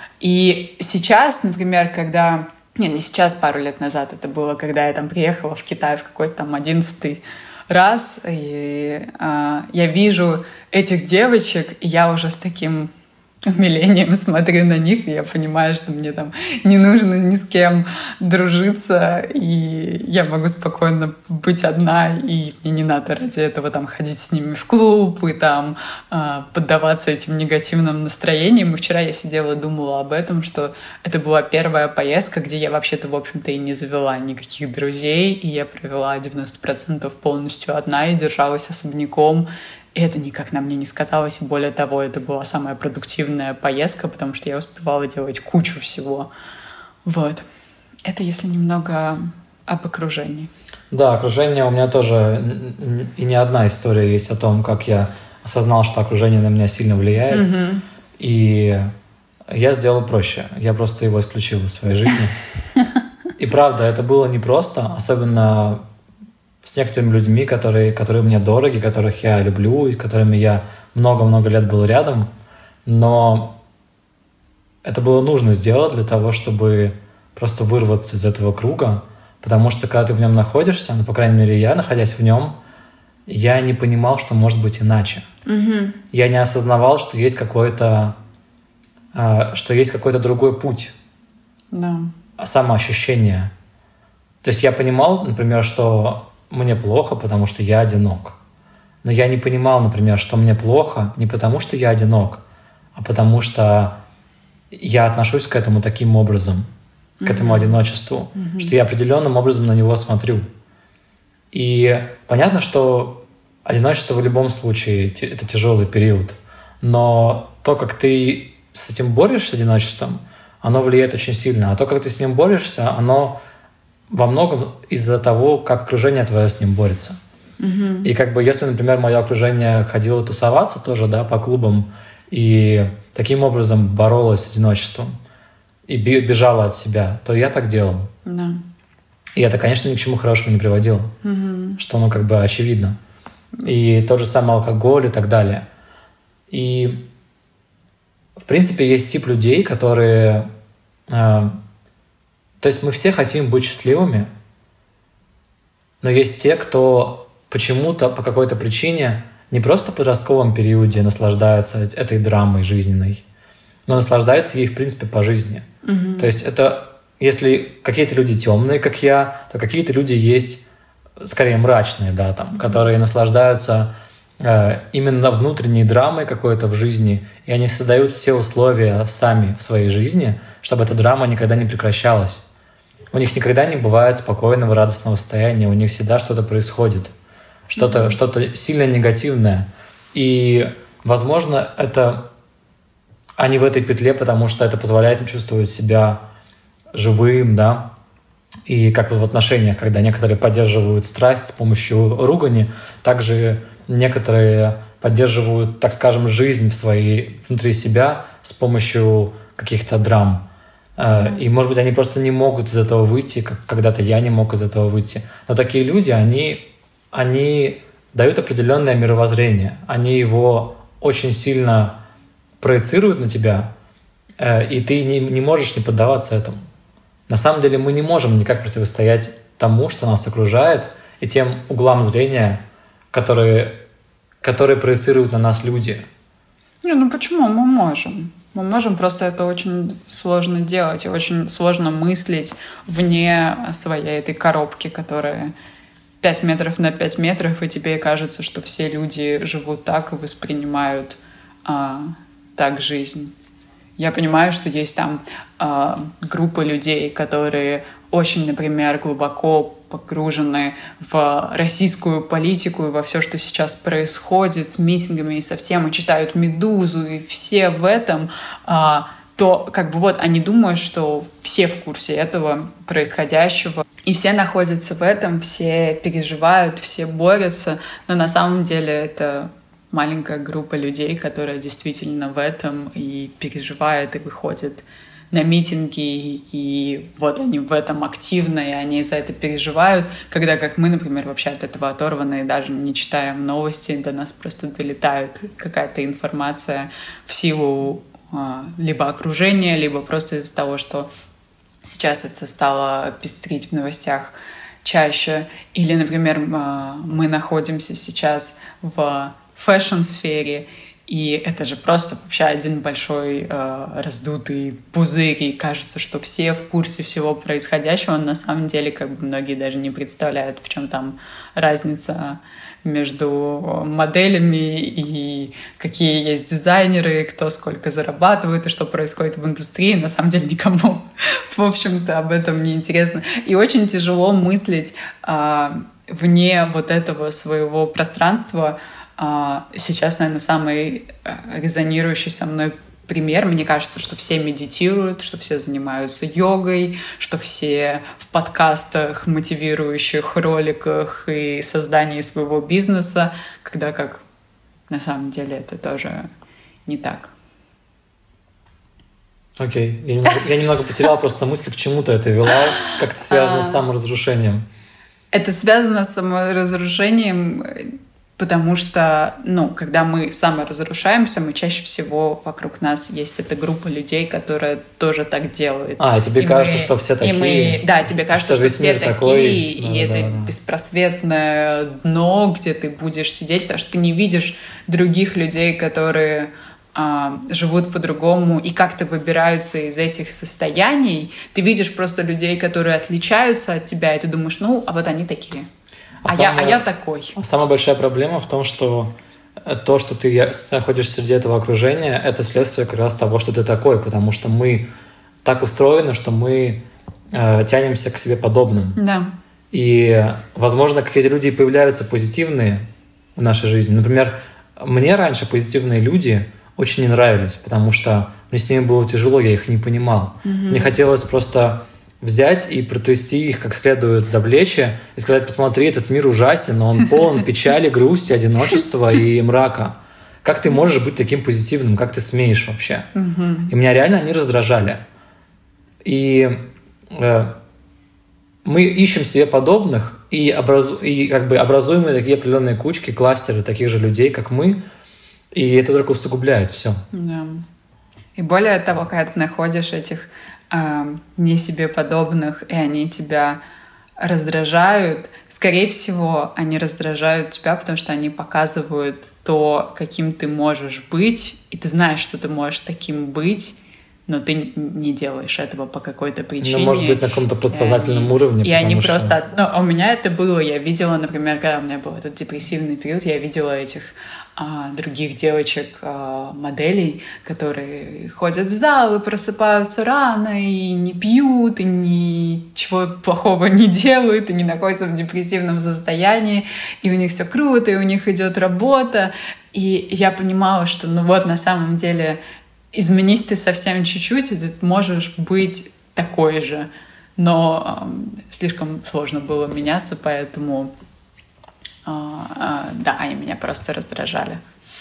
И сейчас, например, когда... Не сейчас, пару лет назад это было, когда я там приехала в Китай в какой-то 11-й раз, и я вижу этих девочек, и я уже с таким умилением смотрю на них, и я понимаю, что мне там не нужно ни с кем дружиться, и я могу спокойно быть одна, и мне не надо ради этого там ходить с ними в клуб и там поддаваться этим негативным настроениям. И вчера я сидела и думала об этом, что это была первая поездка, где я вообще-то, в общем-то, и не завела никаких друзей, и я провела 90% полностью одна и держалась особняком. И это никак на мне не сказалось, и более того, это была самая продуктивная поездка, потому что я успевала делать кучу всего. Это если немного об окружении. Да, окружение у меня тоже, и не одна история есть о том, как я осознал, что окружение на меня сильно влияет, и я сделал проще. Я просто его исключил из своей жизни. И правда, это было непросто, особенно с некоторыми людьми, которые мне дороги, которых я люблю, и с которыми я много-много лет был рядом. Но это было нужно сделать для того, чтобы просто вырваться из этого круга, потому что когда ты в нем находишься, ну, по крайней мере, я, находясь в нем, я не понимал, что может быть иначе. Я не осознавал, что есть какой-то другой путь. Да. Самоощущение. То есть я понимал, например, что мне плохо, потому что я одинок. Но я не понимал, например, что мне плохо не потому, что я одинок, а потому что я отношусь к этому таким образом, к этому одиночеству, что я определенным образом на него смотрю. И понятно, что одиночество в любом случае – это тяжелый период, но то, как ты с этим борешься, с одиночеством, оно влияет очень сильно. А то, как ты с ним борешься, оно во многом из-за того, как окружение твое с ним борется. И как бы если, например, мое окружение ходило тусоваться тоже, да, по клубам и таким образом боролось с одиночеством и бежало от себя, то я так делал. Да. И это, конечно, ни к чему хорошему не приводило, что, ну, как бы очевидно. И тот же самый алкоголь и так далее. И, в принципе, есть тип людей, которые... то есть мы все хотим быть счастливыми, но есть те, кто почему-то, по какой-то причине, не просто в подростковом периоде наслаждается этой драмой жизненной, но наслаждается ей, в принципе, по жизни. То есть это... Если какие-то люди темные, как я, то какие-то люди есть, скорее, мрачные, да, там, которые наслаждаются именно внутренней драмой какой-то в жизни, и они создают все условия сами в своей жизни, чтобы эта драма никогда не прекращалась. У них никогда не бывает спокойного, радостного состояния, у них всегда что-то происходит, что-то сильно негативное. И, возможно, это они в этой петле, потому что это позволяет им чувствовать себя живым, да, и как вот в отношениях, когда некоторые поддерживают страсть с помощью ругани, также некоторые поддерживают, так скажем, жизнь внутри себя с помощью каких-то драм. И, может быть, они просто не могут из этого выйти, как когда-то я не мог из этого выйти. Но такие люди, они дают определенное мировоззрение, они его очень сильно проецируют на тебя, и ты не можешь не поддаваться этому. На самом деле мы не можем никак противостоять тому, что нас окружает, и тем углам зрения, которые проецируют на нас люди. Ну почему? Мы можем. Мы можем, просто это очень сложно делать, и очень сложно мыслить вне своей этой коробки, которая 5 метров на 5 метров, и тебе кажется, что все люди живут так и воспринимают так жизнь. Я понимаю, что есть там группа людей, которые очень, например, глубоко погружены в российскую политику и во все, что сейчас происходит с митингами и со всем, и читают «Медузу», и все в этом, то как бы вот они думают, что все в курсе этого происходящего, и все находятся в этом, все переживают, все борются, но на самом деле это маленькая группа людей, которая действительно в этом и переживает, и выходит на митинги, и вот они в этом активно, и они за это переживают, когда, как мы, например, вообще от этого оторваны, и даже не читаем новости, до нас просто долетает какая-то информация в силу либо окружения, либо просто из-за того, что сейчас это стало пестрить в новостях чаще. Или, например, мы находимся сейчас в фэшн-сфере, и это же просто вообще один большой раздутый пузырь, и кажется, что все в курсе всего происходящего, но на самом деле как бы многие даже не представляют, в чем там разница между моделями и какие есть дизайнеры, кто сколько зарабатывает и что происходит в индустрии. На самом деле никому, в общем-то, об этом не интересно. И очень тяжело мыслить вне вот этого своего пространства. Сейчас, наверное, самый резонирующий со мной пример. Мне кажется, что все медитируют, что все занимаются йогой, что все в подкастах, мотивирующих роликах и создании своего бизнеса, когда как на самом деле это тоже не так. Окей. Я немного потерял просто мысль, к чему-то это вела. Как это связано с саморазрушением? Это связано с саморазрушением, потому что, когда мы саморазрушаемся, мы чаще всего вокруг нас есть эта группа людей, которая тоже так делает. Тебе кажется, что все такие? Тебе кажется, что все такие, и это беспросветное дно, где ты будешь сидеть, потому что ты не видишь других людей, которые живут по-другому и как-то выбираются из этих состояний. Ты видишь просто людей, которые отличаются от тебя, и ты думаешь, вот они такие. Я такой. Самая большая проблема в том, что то, что ты находишься среди этого окружения, это следствие как раз того, что ты такой, потому что мы так устроены, что мы тянемся к себе подобным. Да. И, возможно, какие-то люди появляются позитивные в нашей жизни. Например, мне раньше позитивные люди очень не нравились, потому что мне с ними было тяжело, я их не понимал. Мне хотелось просто взять и протрясти их как следует за плечи и сказать: посмотри, этот мир ужасен, но он полон печали, грусти, одиночества и мрака. Как ты можешь быть таким позитивным? Как ты смеешь вообще? И меня реально они раздражали. И мы ищем себе подобных и образуем такие определенные кучки, кластеры таких же людей, как мы, и это только усугубляет все. Да. И более того, когда ты находишь этих не себе подобных, и они тебя раздражают, скорее всего, они раздражают тебя, потому что они показывают то, каким ты можешь быть, и ты знаешь, что ты можешь таким быть, но ты не делаешь этого по какой-то причине. Может быть, на каком-то подсознательном уровне. И они просто... у меня это было. Я видела, например, когда у меня был этот депрессивный период, я видела этих других девочек, моделей, которые ходят в зал и просыпаются рано, и не пьют, и ничего плохого не делают, и не находятся в депрессивном состоянии, и у них все круто, и у них идет работа. И я понимала, что на самом деле изменись ты совсем чуть-чуть, и ты можешь быть такой же. Но слишком сложно было меняться, поэтому они меня просто раздражали.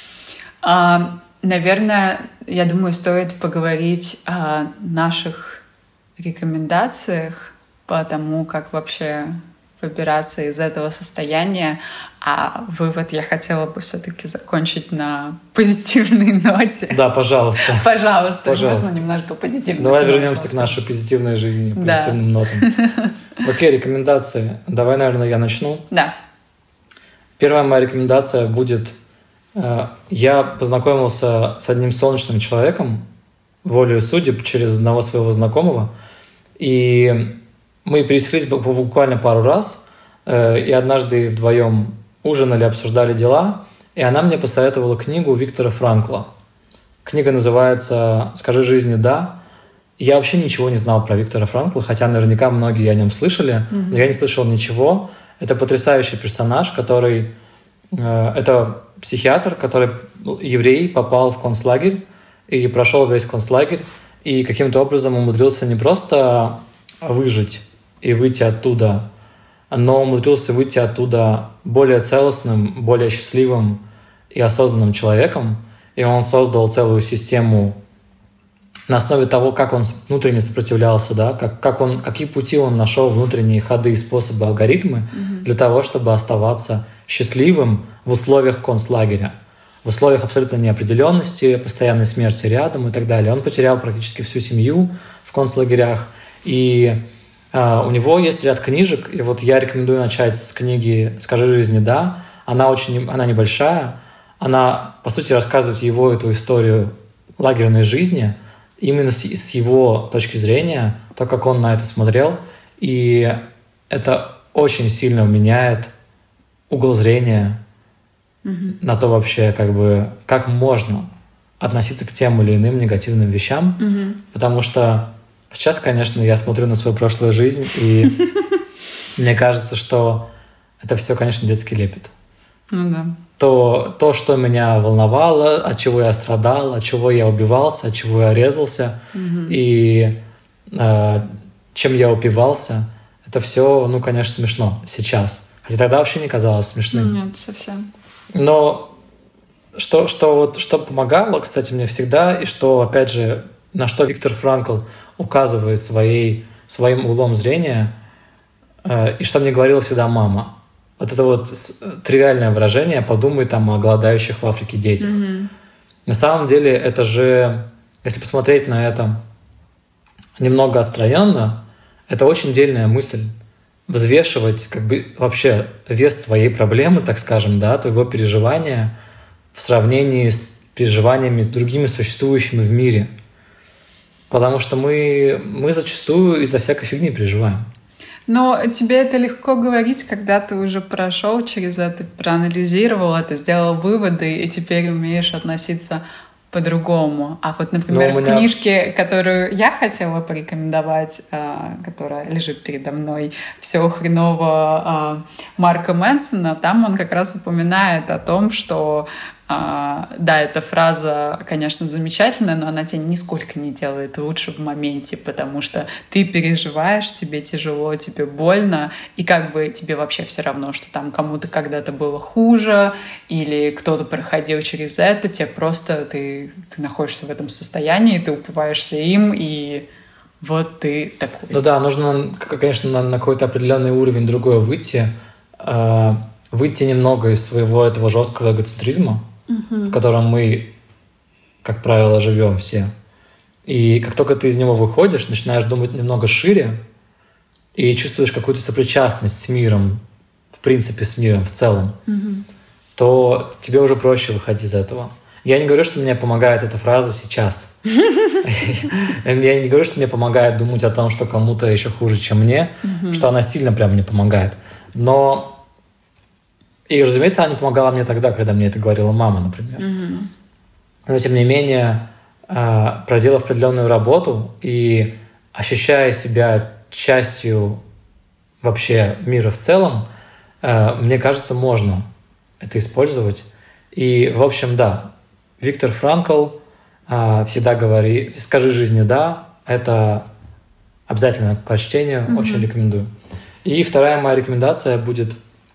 Наверное, я думаю, стоит поговорить о наших рекомендациях по тому, как вообще выбираться из этого состояния. А вывод я хотела бы все-таки закончить на позитивной ноте. Да, пожалуйста. Пожалуйста. Можно немножко позитивно. Давай вернемся к нашей позитивной жизни, позитивным нотам. Окей, рекомендации. Давай, наверное, я начну. Да. Первая моя рекомендация будет... Я познакомился с одним солнечным человеком, волею судеб, через одного своего знакомого. И мы пересеклись буквально пару раз, и однажды вдвоем ужинали, обсуждали дела, и она мне посоветовала книгу Виктора Франкла. Книга называется «Скажи жизни да». Я вообще ничего не знал про Виктора Франкла, хотя наверняка многие о нем слышали, но я не слышал ничего. Это потрясающий персонаж, который... Это психиатр, который еврей, попал в концлагерь и прошел весь концлагерь, и каким-то образом умудрился не просто выжить и выйти оттуда, но умудрился выйти оттуда более целостным, более счастливым и осознанным человеком. И он создал целую систему на основе того, как он внутренне сопротивлялся, да, какие пути он нашел, внутренние ходы, способы, алгоритмы для того, чтобы оставаться счастливым в условиях концлагеря, в условиях абсолютной неопределенности, постоянной смерти рядом и так далее. Он потерял практически всю семью в концлагерях, и у него есть ряд книжек, и вот я рекомендую начать с книги «Скажи жизни да». Она небольшая, она, по сути, рассказывает его эту историю лагерной жизни, именно с его точки зрения, то, как он на это смотрел, и это очень сильно меняет угол зрения на то вообще, как можно относиться к тем или иным негативным вещам, потому что сейчас, конечно, я смотрю на свою прошлую жизнь, и мне кажется, что это все, конечно, детский лепет. Ну да. То, что меня волновало, от чего я страдал, от чего я убивался, от чего я резался, и чем я упивался, это все, конечно, смешно сейчас. Хотя тогда вообще не казалось смешным. Нет, совсем. Но что помогало, кстати, мне всегда, и что, опять же, на что Виктор Франкл указывает своим углом зрения, и что мне говорила всегда мама. Вот это вот тривиальное выражение «подумай там о голодающих в Африке детях». Mm-hmm. На самом деле это же, если посмотреть на это немного отстраненно, это очень дельная мысль. Взвешивать как бы вообще вес твоей проблемы, так скажем, да, твоего переживания в сравнении с переживаниями другими существующими в мире. Потому что мы зачастую из-за всякой фигни переживаем. Но тебе это легко говорить, когда ты уже прошел через это, проанализировал это, сделал выводы, и теперь умеешь относиться по-другому. А вот, например, в книжке, которую я хотела порекомендовать, которая лежит передо мной, «Все хреново» Марка Мэнсона, там он как раз упоминает о том, что да, эта фраза, конечно, замечательная, но она тебя нисколько не делает лучше в моменте, потому что ты переживаешь, тебе тяжело, тебе больно, и как бы тебе вообще все равно, что там кому-то когда-то было хуже, или кто-то проходил через это, тебе просто ты находишься в этом состоянии, ты упиваешься им, и вот ты такой. Ну да, нужно, конечно, на какой-то определенный уровень другой выйти немного из своего этого жесткого эгоцентризма, в котором мы, как правило, живем все. И как только ты из него выходишь, начинаешь думать немного шире и чувствуешь какую-то сопричастность с миром, в принципе, с миром в целом, то тебе уже проще выходить из этого. Я не говорю, что мне помогает эта фраза сейчас. Я не говорю, что мне помогает думать о том, что кому-то еще хуже, чем мне, что она сильно прям мне помогает. Но и, разумеется, она не помогала мне тогда, когда мне это говорила мама, например. Но, тем не менее, проделав определенную работу и ощущая себя частью вообще мира в целом, мне кажется, можно это использовать. И, в общем, да, Виктор Франкл всегда говорит «скажи жизни «да», это обязательно к прочтению, очень рекомендую. И вторая моя рекомендация будет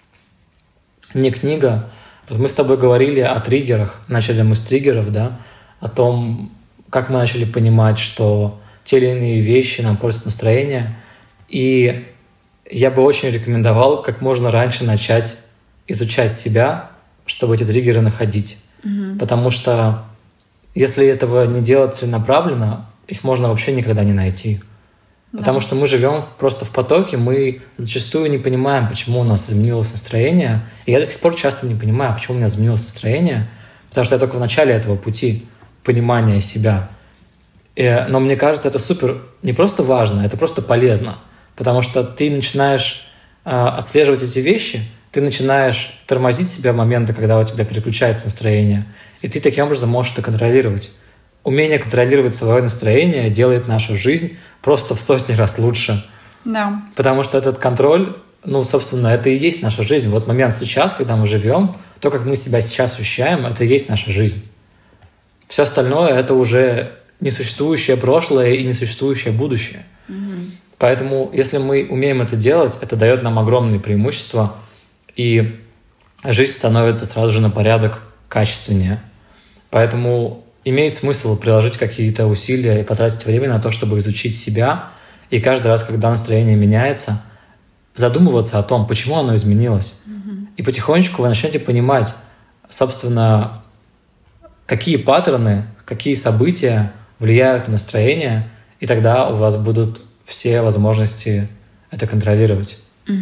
не книга. Вот мы с тобой говорили о триггерах, начали мы с триггеров, да, о том, как мы начали понимать, что те или иные вещи нам портят настроение. И я бы очень рекомендовал как можно раньше начать изучать себя, чтобы эти триггеры находить. Потому что если этого не делать целенаправленно, их можно вообще никогда не найти. Потому что мы живем просто в потоке, мы зачастую не понимаем, почему у нас изменилось настроение. И я до сих пор часто не понимаю, почему у меня изменилось настроение, потому что я только в начале этого пути понимания себя. Но мне кажется, это супер не просто важно, это просто полезно, потому что ты начинаешь отслеживать эти вещи, ты начинаешь тормозить себя в моменты, когда у тебя переключается настроение, и ты таким образом можешь это контролировать. Умение контролировать свое настроение делает нашу жизнь просто в сотни раз лучше. Да. Потому что этот контроль, собственно, это и есть наша жизнь. Вот момент сейчас, когда мы живем, то, как мы себя сейчас ощущаем, это и есть наша жизнь. Все остальное — это уже несуществующее прошлое и несуществующее будущее. Поэтому, если мы умеем это делать, это дает нам огромные преимущества, и жизнь становится сразу же на порядок качественнее. Поэтому имеет смысл приложить какие-то усилия и потратить время на то, чтобы изучить себя, и каждый раз, когда настроение меняется, задумываться о том, почему оно изменилось. И потихонечку вы начнете понимать, собственно, какие паттерны, какие события влияют на настроение, и тогда у вас будут все возможности это контролировать.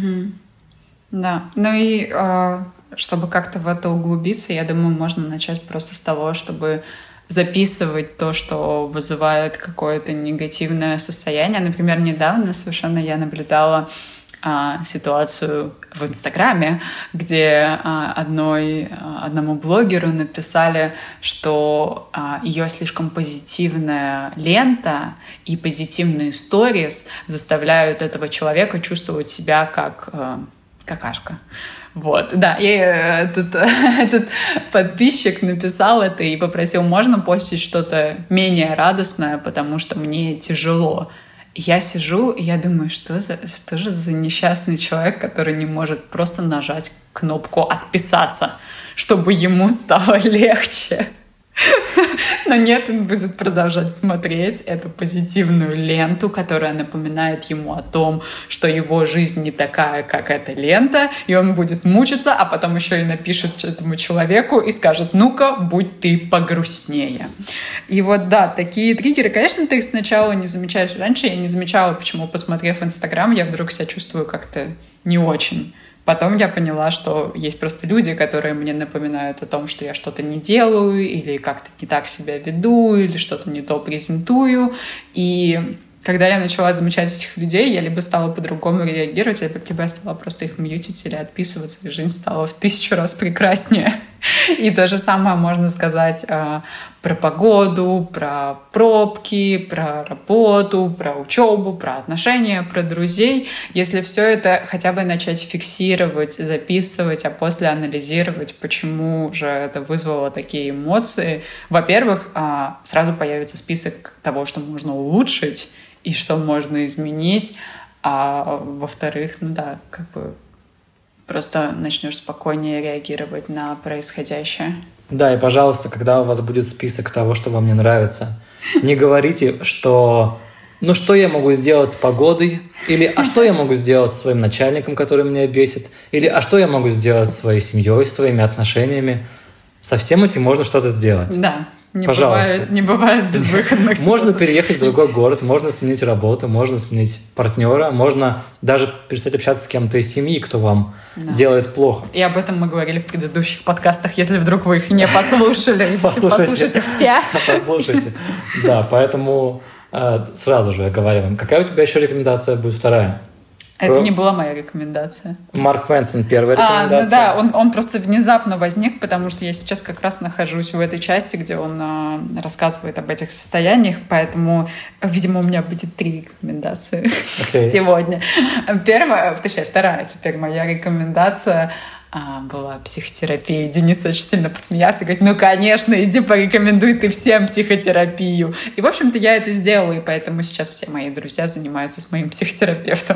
Да, ну и чтобы как-то в это углубиться, я думаю, можно начать просто с того, чтобы записывать то, что вызывает какое-то негативное состояние. Например, недавно совершенно я наблюдала ситуацию в Инстаграме, где одному блогеру написали, что ее слишком позитивная лента и позитивные сторис заставляют этого человека чувствовать себя как какашка. Вот, да, и этот подписчик написал это и попросил, можно постить что-то менее радостное, потому что мне тяжело. И я сижу, и я думаю, что же за несчастный человек, который не может просто нажать кнопку «Отписаться», чтобы ему стало легче. Но нет, он будет продолжать смотреть эту позитивную ленту, которая напоминает ему о том, что его жизнь не такая, как эта лента, и он будет мучиться, а потом еще и напишет этому человеку и скажет: ну-ка, будь ты погрустнее. И вот да, такие триггеры, конечно, ты их сначала не замечаешь. Раньше я не замечала, почему, посмотрев Инстаграм, я вдруг себя чувствую как-то не очень. Потом я поняла, что есть просто люди, которые мне напоминают о том, что я что-то не делаю, или как-то не так себя веду, или что-то не то презентую. И когда я начала замечать этих людей, я либо стала по-другому реагировать, либо я стала просто их мьютить или отписываться, и жизнь стала в 1000 раз прекраснее. И то же самое можно сказать про погоду, про пробки, про работу, про учебу, про отношения, про друзей. Если все это хотя бы начать фиксировать, записывать, а после анализировать, почему же это вызвало такие эмоции, во-первых, сразу появится список того, что можно улучшить и что можно изменить, а во-вторых, просто начнешь спокойнее реагировать на происходящее. Да, и, пожалуйста, когда у вас будет список того, что вам не нравится, не говорите, что что я могу сделать с погодой, или а что я могу сделать со своим начальником, который меня бесит, или а что я могу сделать со своей семьей, со своими отношениями. Со всем этим можно что-то сделать. Да. Пожалуйста. Не бывает безвыходных ситуаций. Можно переехать в другой город, можно сменить работу, можно сменить партнера, можно даже перестать общаться с кем-то из семьи, кто вам делает плохо. И об этом мы говорили в предыдущих подкастах, если вдруг вы их не послушали. Послушайте все. Послушайте. Да, поэтому сразу же я говорю вам. Какая у тебя еще рекомендация будет вторая? Это не была моя рекомендация. Марк Мэнсон, первая рекомендация. Ну да, он просто внезапно возник, потому что я сейчас как раз нахожусь в этой части, где он рассказывает об этих состояниях, поэтому, видимо, у меня будет 3 рекомендации сегодня. Вторая теперь моя рекомендация была психотерапия. Денис очень сильно посмеялся и говорит: ну, конечно, иди порекомендуй ты всем психотерапию. И, в общем-то, я это сделала, и поэтому сейчас все мои друзья занимаются с моим психотерапевтом.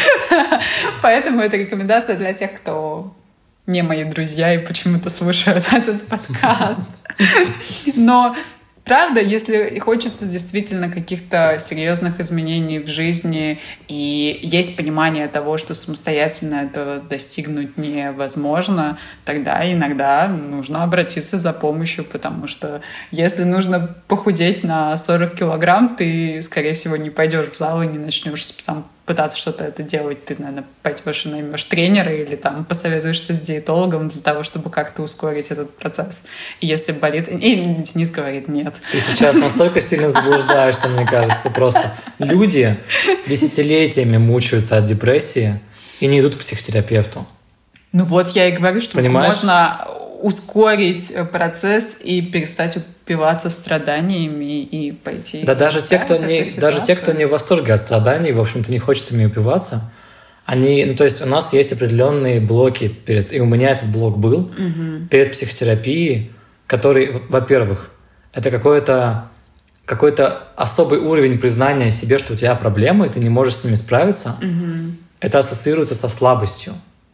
Поэтому это рекомендация для тех, кто не мои друзья и почему-то слушают этот подкаст. Но правда, если хочется действительно каких-то серьезных изменений в жизни и есть понимание того, что самостоятельно это достигнуть невозможно, тогда иногда нужно обратиться за помощью, потому что если нужно похудеть на 40 килограмм, ты, скорее всего, не пойдешь в зал и не начнешь сам пытаться что-то это делать. Ты, наверное, пойдешь и наймешь тренера или там посоветуешься с диетологом для того, чтобы как-то ускорить этот процесс. И если болит... И Денис говорит: нет. Ты сейчас настолько сильно заблуждаешься, мне кажется. Просто люди десятилетиями мучаются от депрессии и не идут к психотерапевту. Ну вот я и говорю, что понимаешь? Можно ускорить процесс и перестать упиваться страданиями и пойти... Да даже те, кто не в восторге от страданий, в общем-то, не хочет ими упиваться, то есть у нас есть определенные блоки и у меня этот блок был перед психотерапией, который, во-первых, это какой-то особый уровень признания себе, что у тебя проблемы, и ты не можешь с ними справиться. Это ассоциируется со слабостью.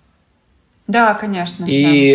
Да, конечно.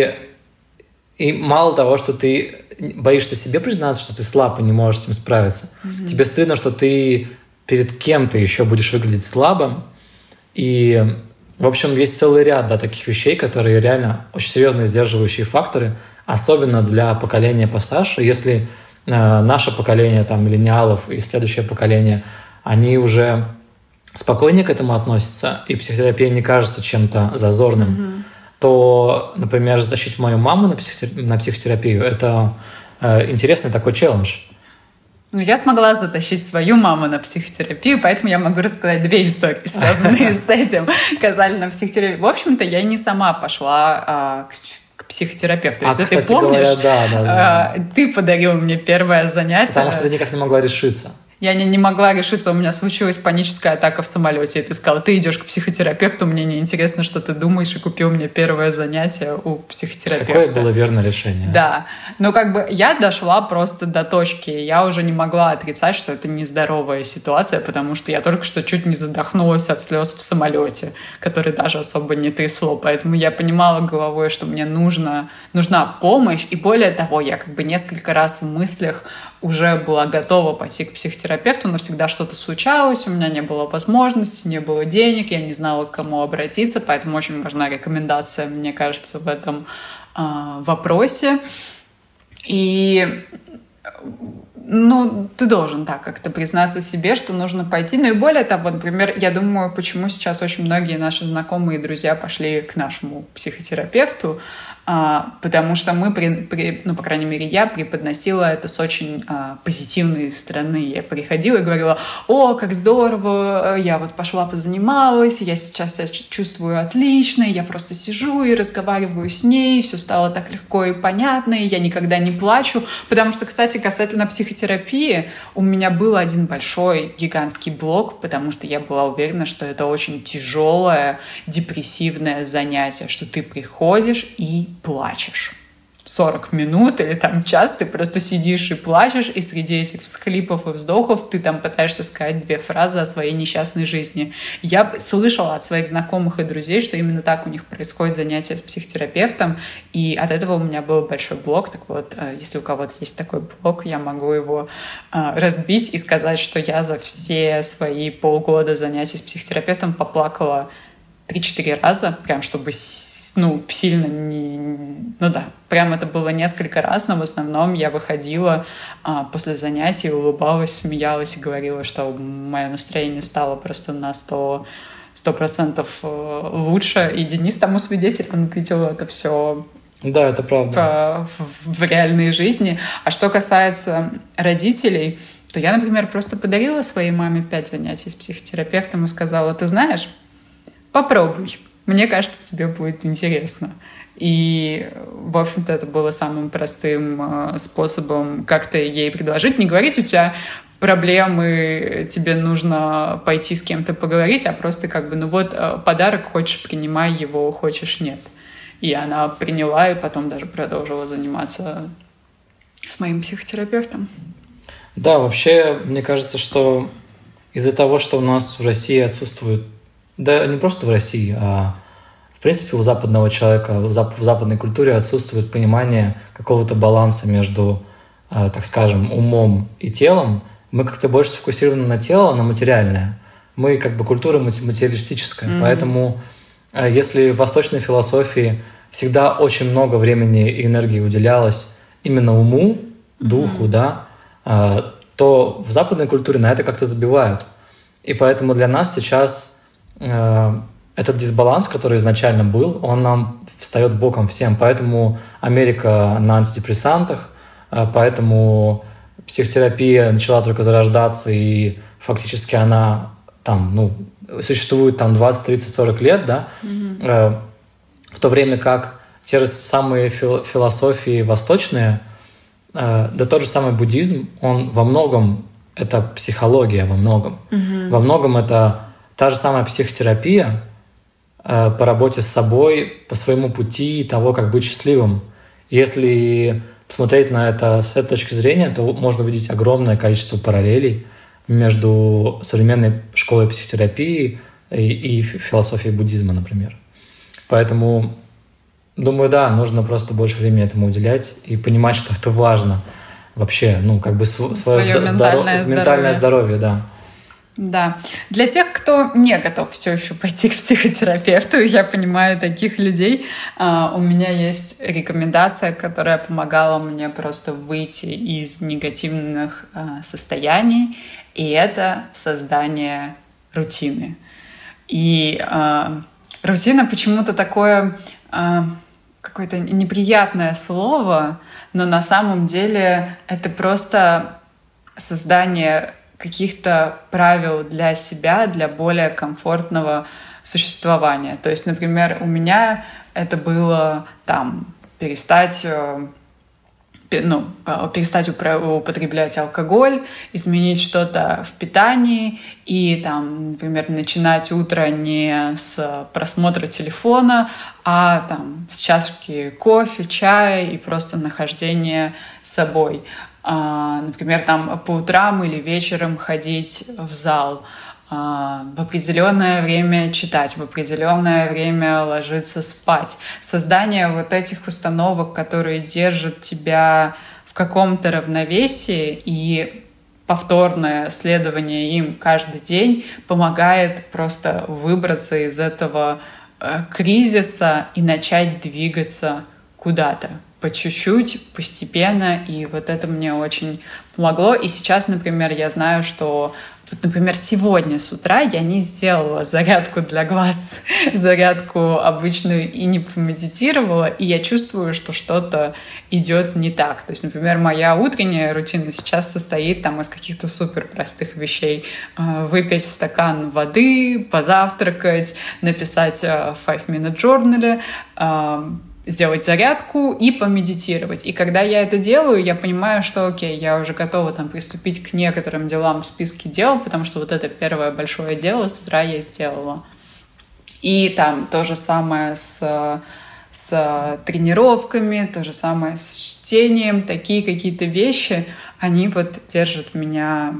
И мало того, что ты боишься себе признаться, что ты слаб и не можешь с этим справиться, тебе стыдно, что ты перед кем-то еще будешь выглядеть слабым. И, в общем, есть целый ряд таких вещей, которые реально очень серьезные сдерживающие факторы, особенно для поколения постарше. Если наше поколение, миллениалов и следующее поколение, они уже спокойнее к этому относятся, и психотерапия не кажется чем-то зазорным, то, например, затащить мою маму на психотерапию – это интересный такой челлендж. Ну, я смогла затащить свою маму на психотерапию, поэтому я могу рассказать 2 истории, связанные с этим, касательно на психотерапию. В общем-то, я не сама пошла к психотерапевту. Если кстати, ты помнишь, говоря, да. ты подарил мне первое занятие. Потому что ты никак не могла решиться. Я не могла решиться, у меня случилась паническая атака в самолете, и ты сказала, ты идешь к психотерапевту, мне неинтересно, что ты думаешь, и купил мне первое занятие у психотерапевта. Какое было верное решение? Да. Но как бы я дошла просто до точки, я уже не могла отрицать, что это нездоровая ситуация, потому что я только что чуть не задохнулась от слез в самолете, который даже особо не трясло. Поэтому я понимала головой, что мне нужна помощь, и более того, я как бы несколько раз в мыслях уже была готова пойти к психотерапевту, но всегда что-то случалось, у меня не было возможности, не было денег, я не знала, к кому обратиться, поэтому очень важна рекомендация, мне кажется, в этом вопросе. И ты должен так как-то признаться себе, что нужно пойти. Ну и более того, например, я думаю, почему сейчас очень многие наши знакомые и друзья пошли к нашему психотерапевту, потому что мы, по крайней мере, я преподносила это с очень позитивной стороны. Я приходила и говорила, о, как здорово, я вот пошла позанималась, я сейчас себя чувствую отлично, я просто сижу и разговариваю с ней, все стало так легко и понятно, и я никогда не плачу. Потому что, кстати, касательно психотерапии, у меня был один большой гигантский блок, потому что я была уверена, что это очень тяжелое, депрессивное занятие, что ты приходишь и плачешь. 40 минут или там час ты просто сидишь и плачешь, и среди этих всхлипов и вздохов ты там пытаешься сказать 2 фразы о своей несчастной жизни. Я слышала от своих знакомых и друзей, что именно так у них происходит занятие с психотерапевтом, и от этого у меня был большой блок. Так вот, если у кого-то есть такой блок, я могу его разбить и сказать, что я за все свои полгода занятий с психотерапевтом поплакала 3-4 раза, прям чтобы сильно не... прям это было несколько раз, но в основном я выходила после занятий, улыбалась, смеялась и говорила, что мое настроение стало просто на 100% лучше. И Денис тому свидетель, он видел это все. Да, это правда. В реальной жизни. А что касается родителей, то я, например, просто подарила своей маме 5 занятий с психотерапевтом и сказала, ты знаешь, попробуй. Мне кажется, тебе будет интересно. И, в общем-то, это было самым простым способом как-то ей предложить. Не говорить, у тебя проблемы, тебе нужно пойти с кем-то поговорить, а просто подарок, хочешь — принимай его, хочешь — нет. И она приняла, и потом даже продолжила заниматься с моим психотерапевтом. Да, вообще, мне кажется, что из-за того, что у нас в России отсутствует, да не просто в России, а в принципе у западного человека, в западной культуре отсутствует понимание какого-то баланса между, так скажем, умом и телом. Мы как-то больше сфокусированы на тело, на материальное. Мы как бы культура материалистическая. Mm-hmm. Поэтому если в восточной философии всегда очень много времени и энергии уделялось именно уму, духу, да, то в западной культуре на это как-то забивают. И поэтому для нас сейчас этот дисбаланс, который изначально был, он нам встает боком всем. Поэтому Америка на антидепрессантах, поэтому психотерапия начала только зарождаться, и фактически она там, существует там 20, 30, 40 лет, да, в то время как те же самые философии восточные, да тот же самый буддизм, он во многом это психология, во многом это та же самая психотерапия по работе с собой, по своему пути того, как быть счастливым. Если посмотреть на это с этой точки зрения, то можно увидеть огромное количество параллелей между современной школой психотерапии и философией буддизма, например. Поэтому, думаю, да, нужно просто больше времени этому уделять и понимать, что это важно вообще, свое ментальное здоровье, да. Да. Для тех, кто не готов все еще пойти к психотерапевту, я понимаю таких людей, у меня есть рекомендация, которая помогала мне просто выйти из негативных состояний, и это создание рутины. И рутина почему-то такое какое-то неприятное слово, но на самом деле это просто создание каких-то правил для себя, для более комфортного существования. То есть, например, у меня это было перестать перестать употреблять алкоголь, изменить что-то в питании и, там, например, начинать утро не с просмотра телефона, а там, с чашки кофе, чая и просто нахождения с собой. Например, там, по утрам или вечером ходить в зал, в определенное время читать, в определенное время ложиться спать. Создание вот этих установок, которые держат тебя в каком-то равновесии, и повторное следование им каждый день помогает просто выбраться из этого кризиса и начать двигаться куда-то. По чуть-чуть, постепенно, и вот это мне очень помогло. И сейчас, например, я знаю, что вот, например, сегодня с утра я не сделала зарядку для глаз, зарядку обычную и не помедитировала, и я чувствую, что что-то идет не так. То есть, например, моя утренняя рутина сейчас состоит там из каких-то супер простых вещей. Выпить стакан воды, позавтракать, написать в 5-minute journal, сделать зарядку и помедитировать. И когда я это делаю, я понимаю, что окей, я уже готова там приступить к некоторым делам в списке дел, потому что вот это первое большое дело с утра я сделала. И там то же самое с тренировками, то же самое с чтением, такие какие-то вещи, они вот держат меня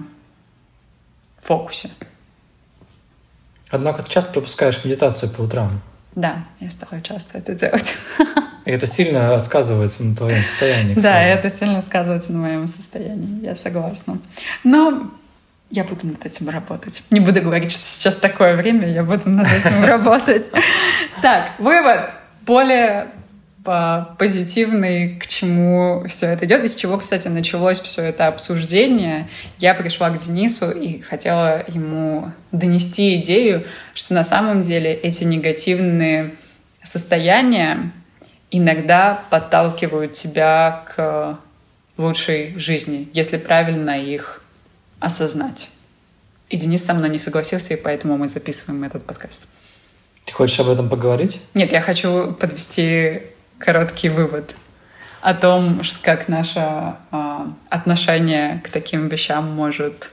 в фокусе. Однако ты часто пропускаешь медитацию по утрам. Да, я стала часто это делать. И это сильно сказывается на твоем состоянии. Да, это сильно сказывается на моем состоянии, я согласна. Но я буду над этим работать. Не буду говорить, что сейчас такое время, я буду над этим работать. Так, вывод более позитивный, к чему все это идет, из чего, кстати, началось все это обсуждение. Я пришла к Денису и хотела ему донести идею, что на самом деле эти негативные состояния иногда подталкивают тебя к лучшей жизни, если правильно их осознать. И Денис со мной не согласился, и поэтому мы записываем этот подкаст. Ты хочешь об этом поговорить? Нет, я хочу подвести короткий вывод о том, как наше отношение к таким вещам может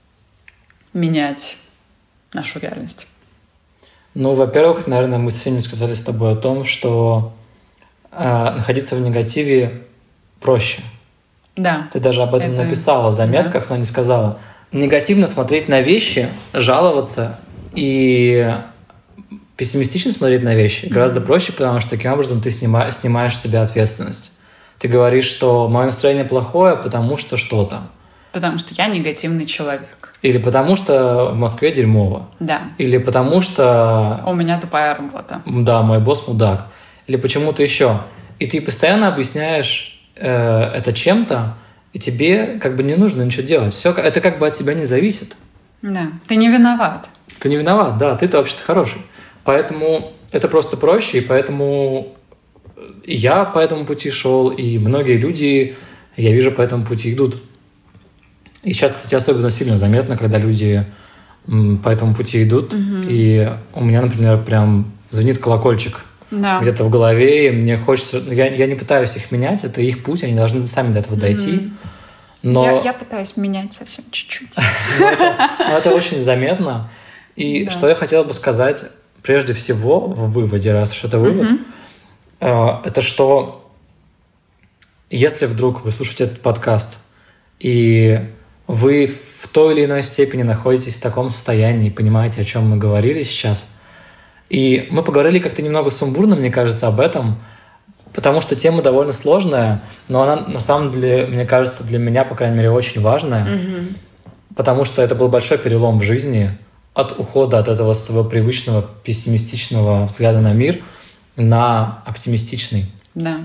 менять нашу реальность. Ну, во-первых, наверное, мы совсем не сказали с тобой о том, что находиться в негативе проще. Да. Ты даже об этом написала в заметках, да, но не сказала. Негативно смотреть на вещи, жаловаться и пессимистично смотреть на вещи гораздо проще, потому что таким образом ты снимаешь с себя ответственность. Ты говоришь, что мое настроение плохое, потому что что-то. Потому что я негативный человек. Или потому что в Москве дерьмово. Да. Или потому что... У меня тупая работа. Да, мой босс мудак. Или почему-то еще. И ты постоянно объясняешь это чем-то, и тебе как бы не нужно ничего делать. Все, это как бы от тебя не зависит. Да. Ты не виноват. Ты не виноват, да. Ты-то вообще-то хороший. Поэтому это просто проще, и поэтому я по этому пути шел, и многие люди, я вижу, по этому пути идут. И сейчас, кстати, особенно сильно заметно, когда люди по этому пути идут, и у меня, например, прям звенит колокольчик где-то в голове, и мне хочется... Я не пытаюсь их менять, это их путь, они должны сами до этого дойти. Но... Я пытаюсь менять совсем чуть-чуть. Но это очень заметно. И что я хотела бы сказать... Прежде всего, в выводе, раз уж это вывод, это что если вдруг вы слушаете этот подкаст, и вы в той или иной степени находитесь в таком состоянии, понимаете, о чем мы говорили сейчас, и мы поговорили как-то немного сумбурно, мне кажется, об этом, потому что тема довольно сложная, но она, на самом деле, мне кажется, для меня, по крайней мере, очень важная, потому что это был большой перелом в жизни, от ухода от этого своего привычного пессимистичного взгляда на мир на оптимистичный. Да.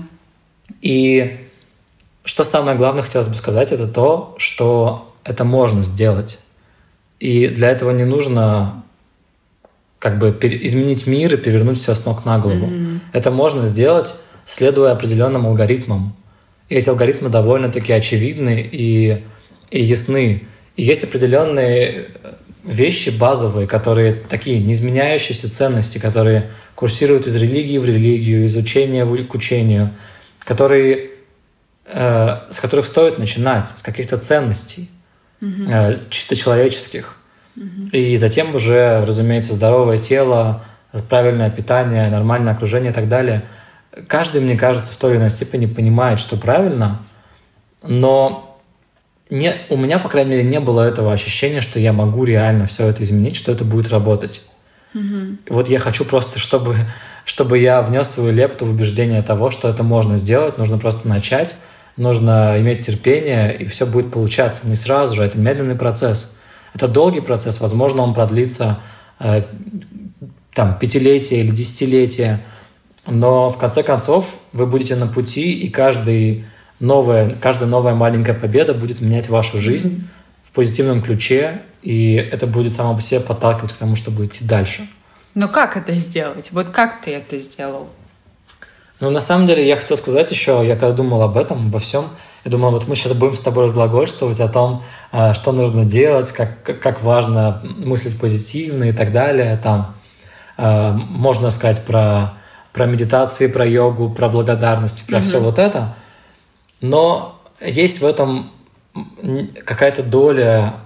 И что самое главное, хотелось бы сказать, это то, что это можно сделать. И для этого не нужно как бы изменить мир и перевернуть все с ног на голову. Это можно сделать, следуя определенным алгоритмам. И эти алгоритмы довольно-таки очевидны и ясны. И есть определенные вещи базовые, которые такие неизменяющиеся ценности, которые курсируют из религии в религию, из учения к учению, которые с которых стоит начинать, с каких-то ценностей, чисто человеческих. И затем уже, разумеется, здоровое тело, правильное питание, нормальное окружение и так далее. Каждый, мне кажется, в той или иной степени понимает, что правильно, но у меня, по крайней мере, не было этого ощущения, что я могу реально все это изменить, что это будет работать. Вот я хочу просто, чтобы я внес свою лепту в убеждение того, что это можно сделать, нужно просто начать, нужно иметь терпение, и все будет получаться не сразу же, это медленный процесс. Это долгий процесс, возможно, он продлится там 5-летия или 10-летия, но в конце концов вы будете на пути, и каждая новая маленькая победа будет менять вашу жизнь в позитивном ключе, и это будет само по себе подталкивать к тому, чтобы идти дальше. Но как это сделать? Вот как ты это сделал? Ну, на самом деле, я хотел сказать еще, я когда думал об этом, обо всем, я думал, вот мы сейчас будем с тобой разглагольствовать о том, что нужно делать, как важно мыслить позитивно и так далее. Там можно сказать про медитации, про йогу, про благодарность, про все вот это. Но есть в этом какая-то доля,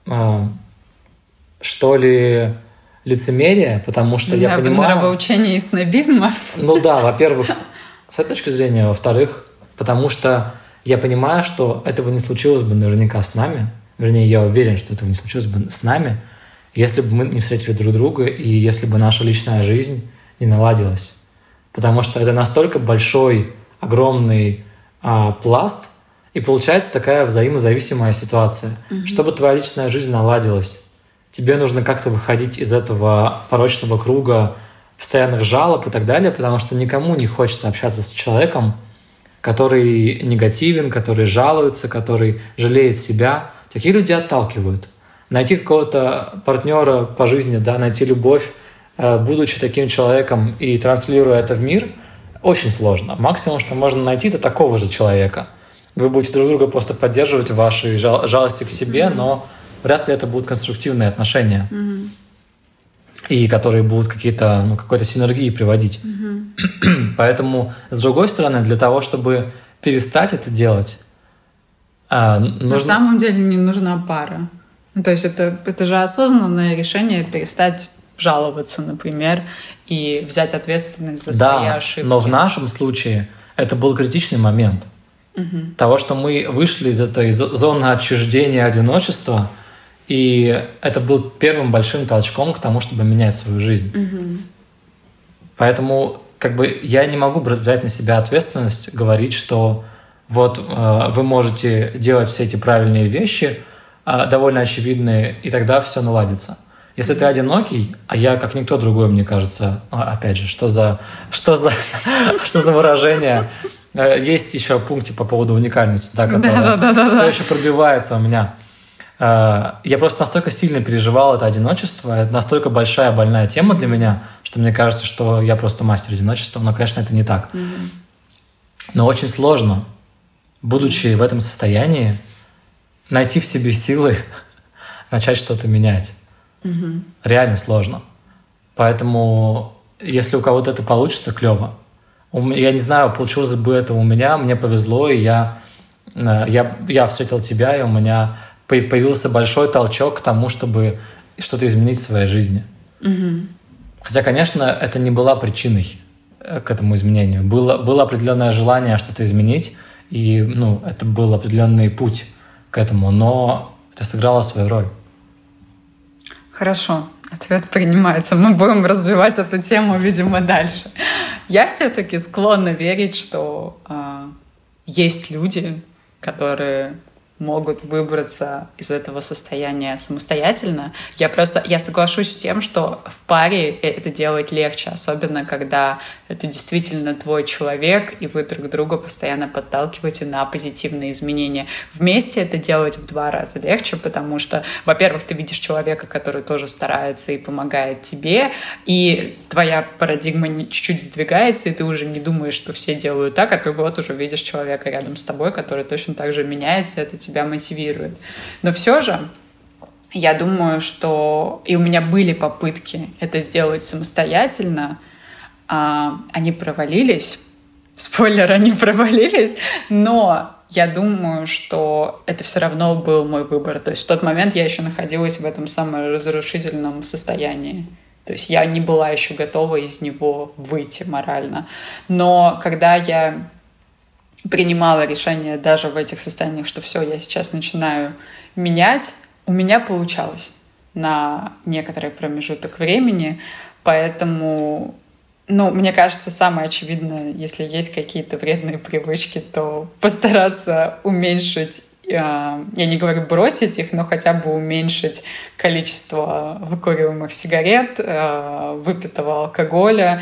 что ли, лицемерия, потому что я понимаю... Нравоучения и снобизма. Ну да, во-первых, с этой точки зрения, во-вторых, потому что я понимаю, что этого не случилось бы наверняка с нами, вернее, я уверен, что этого не случилось бы с нами, если бы мы не встретили друг друга и если бы наша личная жизнь не наладилась. Потому что это настолько большой, огромный пласт, и получается такая взаимозависимая ситуация. Чтобы твоя личная жизнь наладилась, тебе нужно как-то выходить из этого порочного круга постоянных жалоб и так далее, потому что никому не хочется общаться с человеком, который негативен, который жалуется, который жалеет себя. Такие люди отталкивают. Найти какого-то партнера по жизни, да, найти любовь, будучи таким человеком и транслируя это в мир, очень сложно. Максимум, что можно найти, это такого же человека. Вы будете друг друга просто поддерживать в вашей жалости к себе, но вряд ли это будут конструктивные отношения. И которые будут какой-то синергии приводить. Поэтому, с другой стороны, для того, чтобы перестать это делать, на самом деле не нужна пара. Ну, то есть это же осознанное решение перестать жаловаться, например, и взять ответственность за свои ошибки. Но в нашем случае это был критичный момент того, что мы вышли из этой зоны отчуждения, одиночества, и это был первым большим толчком к тому, чтобы менять свою жизнь. Поэтому я не могу взять на себя ответственность, говорить, что вот вы можете делать все эти правильные вещи, довольно очевидные, и тогда все наладится. Если ты одинокий, а я как никто другой, мне кажется, опять же, что за выражение? Есть еще пункт по поводу уникальности, который все еще пробивается у меня. Я просто настолько сильно переживал это одиночество, это настолько большая больная тема для меня, что мне кажется, что я просто мастер одиночества, но, конечно, это не так. Но очень сложно, будучи в этом состоянии, найти в себе силы начать что-то менять. Реально сложно. Поэтому, если у кого-то это получится, клево. Я не знаю, получилось бы это у меня, мне повезло, и я встретил тебя, и у меня появился большой толчок к тому, чтобы что-то изменить в своей жизни. Хотя, конечно, это не была причиной к этому изменению. Было определенное желание что-то изменить, и это был определенный путь к этому, но это сыграло свою роль. Хорошо, ответ принимается. Мы будем развивать эту тему, видимо, дальше. Я все-таки склонна верить, что есть люди, которые могут выбраться из этого состояния самостоятельно. Я соглашусь с тем, что в паре это делать легче, особенно когда это действительно твой человек, и вы друг друга постоянно подталкиваете на позитивные изменения. Вместе это делать в 2 раза легче, потому что, во-первых, ты видишь человека, который тоже старается и помогает тебе, и твоя парадигма чуть-чуть сдвигается, и ты уже не думаешь, что все делают так, а ты вот уже видишь человека рядом с тобой, который точно так же меняется, это тебя мотивирует. Но все же я думаю, что и у меня были попытки это сделать самостоятельно, они провалились спойлер, они провалились, но я думаю, что это все равно был мой выбор. То есть в тот момент я еще находилась в этом саморазрушительном состоянии. То есть я не была еще готова из него выйти морально. Но когда я принимала решение даже в этих состояниях, что все, я сейчас начинаю менять, у меня получалось на некоторый промежуток времени. Поэтому, мне кажется, самое очевидное, если есть какие-то вредные привычки, то постараться уменьшить, я не говорю бросить их, но хотя бы уменьшить количество выкуриваемых сигарет, выпитого алкоголя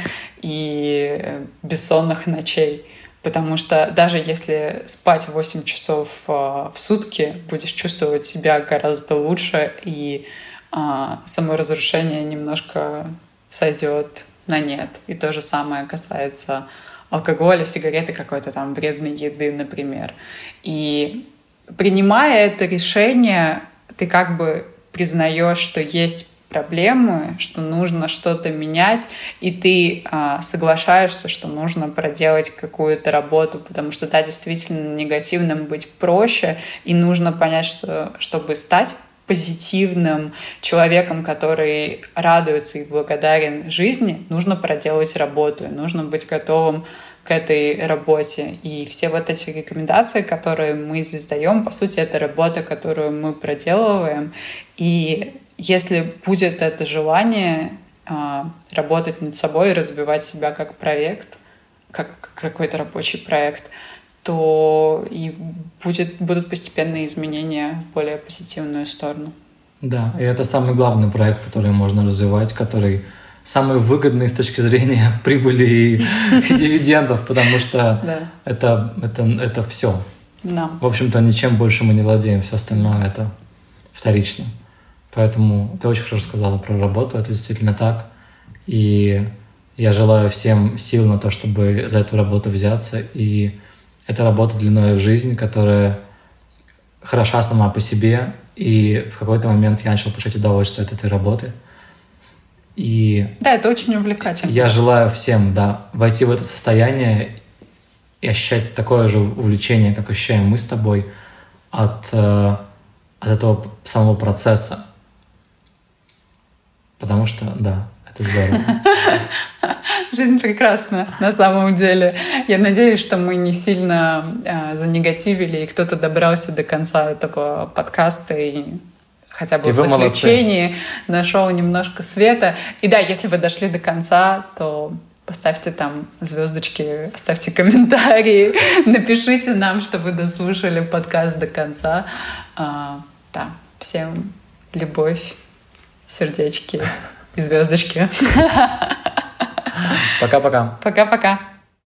и бессонных ночей. Потому что даже если спать 8 часов в сутки, будешь чувствовать себя гораздо лучше, и саморазрушение немножко сойдет на нет. И то же самое касается алкоголя, сигареты, какой-то там вредной еды, например. И принимая это решение, ты как бы признаешь, что есть проблемы, что нужно что-то менять, и ты соглашаешься, что нужно проделать какую-то работу, потому что, да, действительно, негативным быть проще, и нужно понять, что чтобы стать позитивным человеком, который радуется и благодарен жизни, нужно проделать работу, и нужно быть готовым к этой работе. И все вот эти рекомендации, которые мы здесь даем, по сути, это работа, которую мы проделываем. И если будет это желание работать над собой, развивать себя как проект, как какой-то рабочий проект, то и будут постепенные изменения в более позитивную сторону. Да, и это самый главный проект, который можно развивать, который самый выгодный с точки зрения прибыли и дивидендов, потому что это все. В общем-то, ничем больше мы не владеем, все остальное это вторично. Поэтому ты очень хорошо сказала про работу, это действительно так. И я желаю всем сил на то, чтобы за эту работу взяться. И это работа длиной в жизнь, которая хороша сама по себе. И в какой-то момент я начал получать удовольствие от этой работы. Да, это очень увлекательно. Я желаю всем, войти в это состояние и ощущать такое же увлечение, как ощущаем мы с тобой от этого самого процесса. Потому что, это здорово. Жизнь прекрасна, на самом деле. Я надеюсь, что мы не сильно занегативили, и кто-то добрался до конца этого подкаста и хотя бы в заключении нашел немножко света. И да, если вы дошли до конца, то поставьте там звездочки, оставьте комментарии, напишите нам, что вы дослушали подкаст до конца. Всем любовь, сердечки и звездочки. Пока-пока. Пока-пока.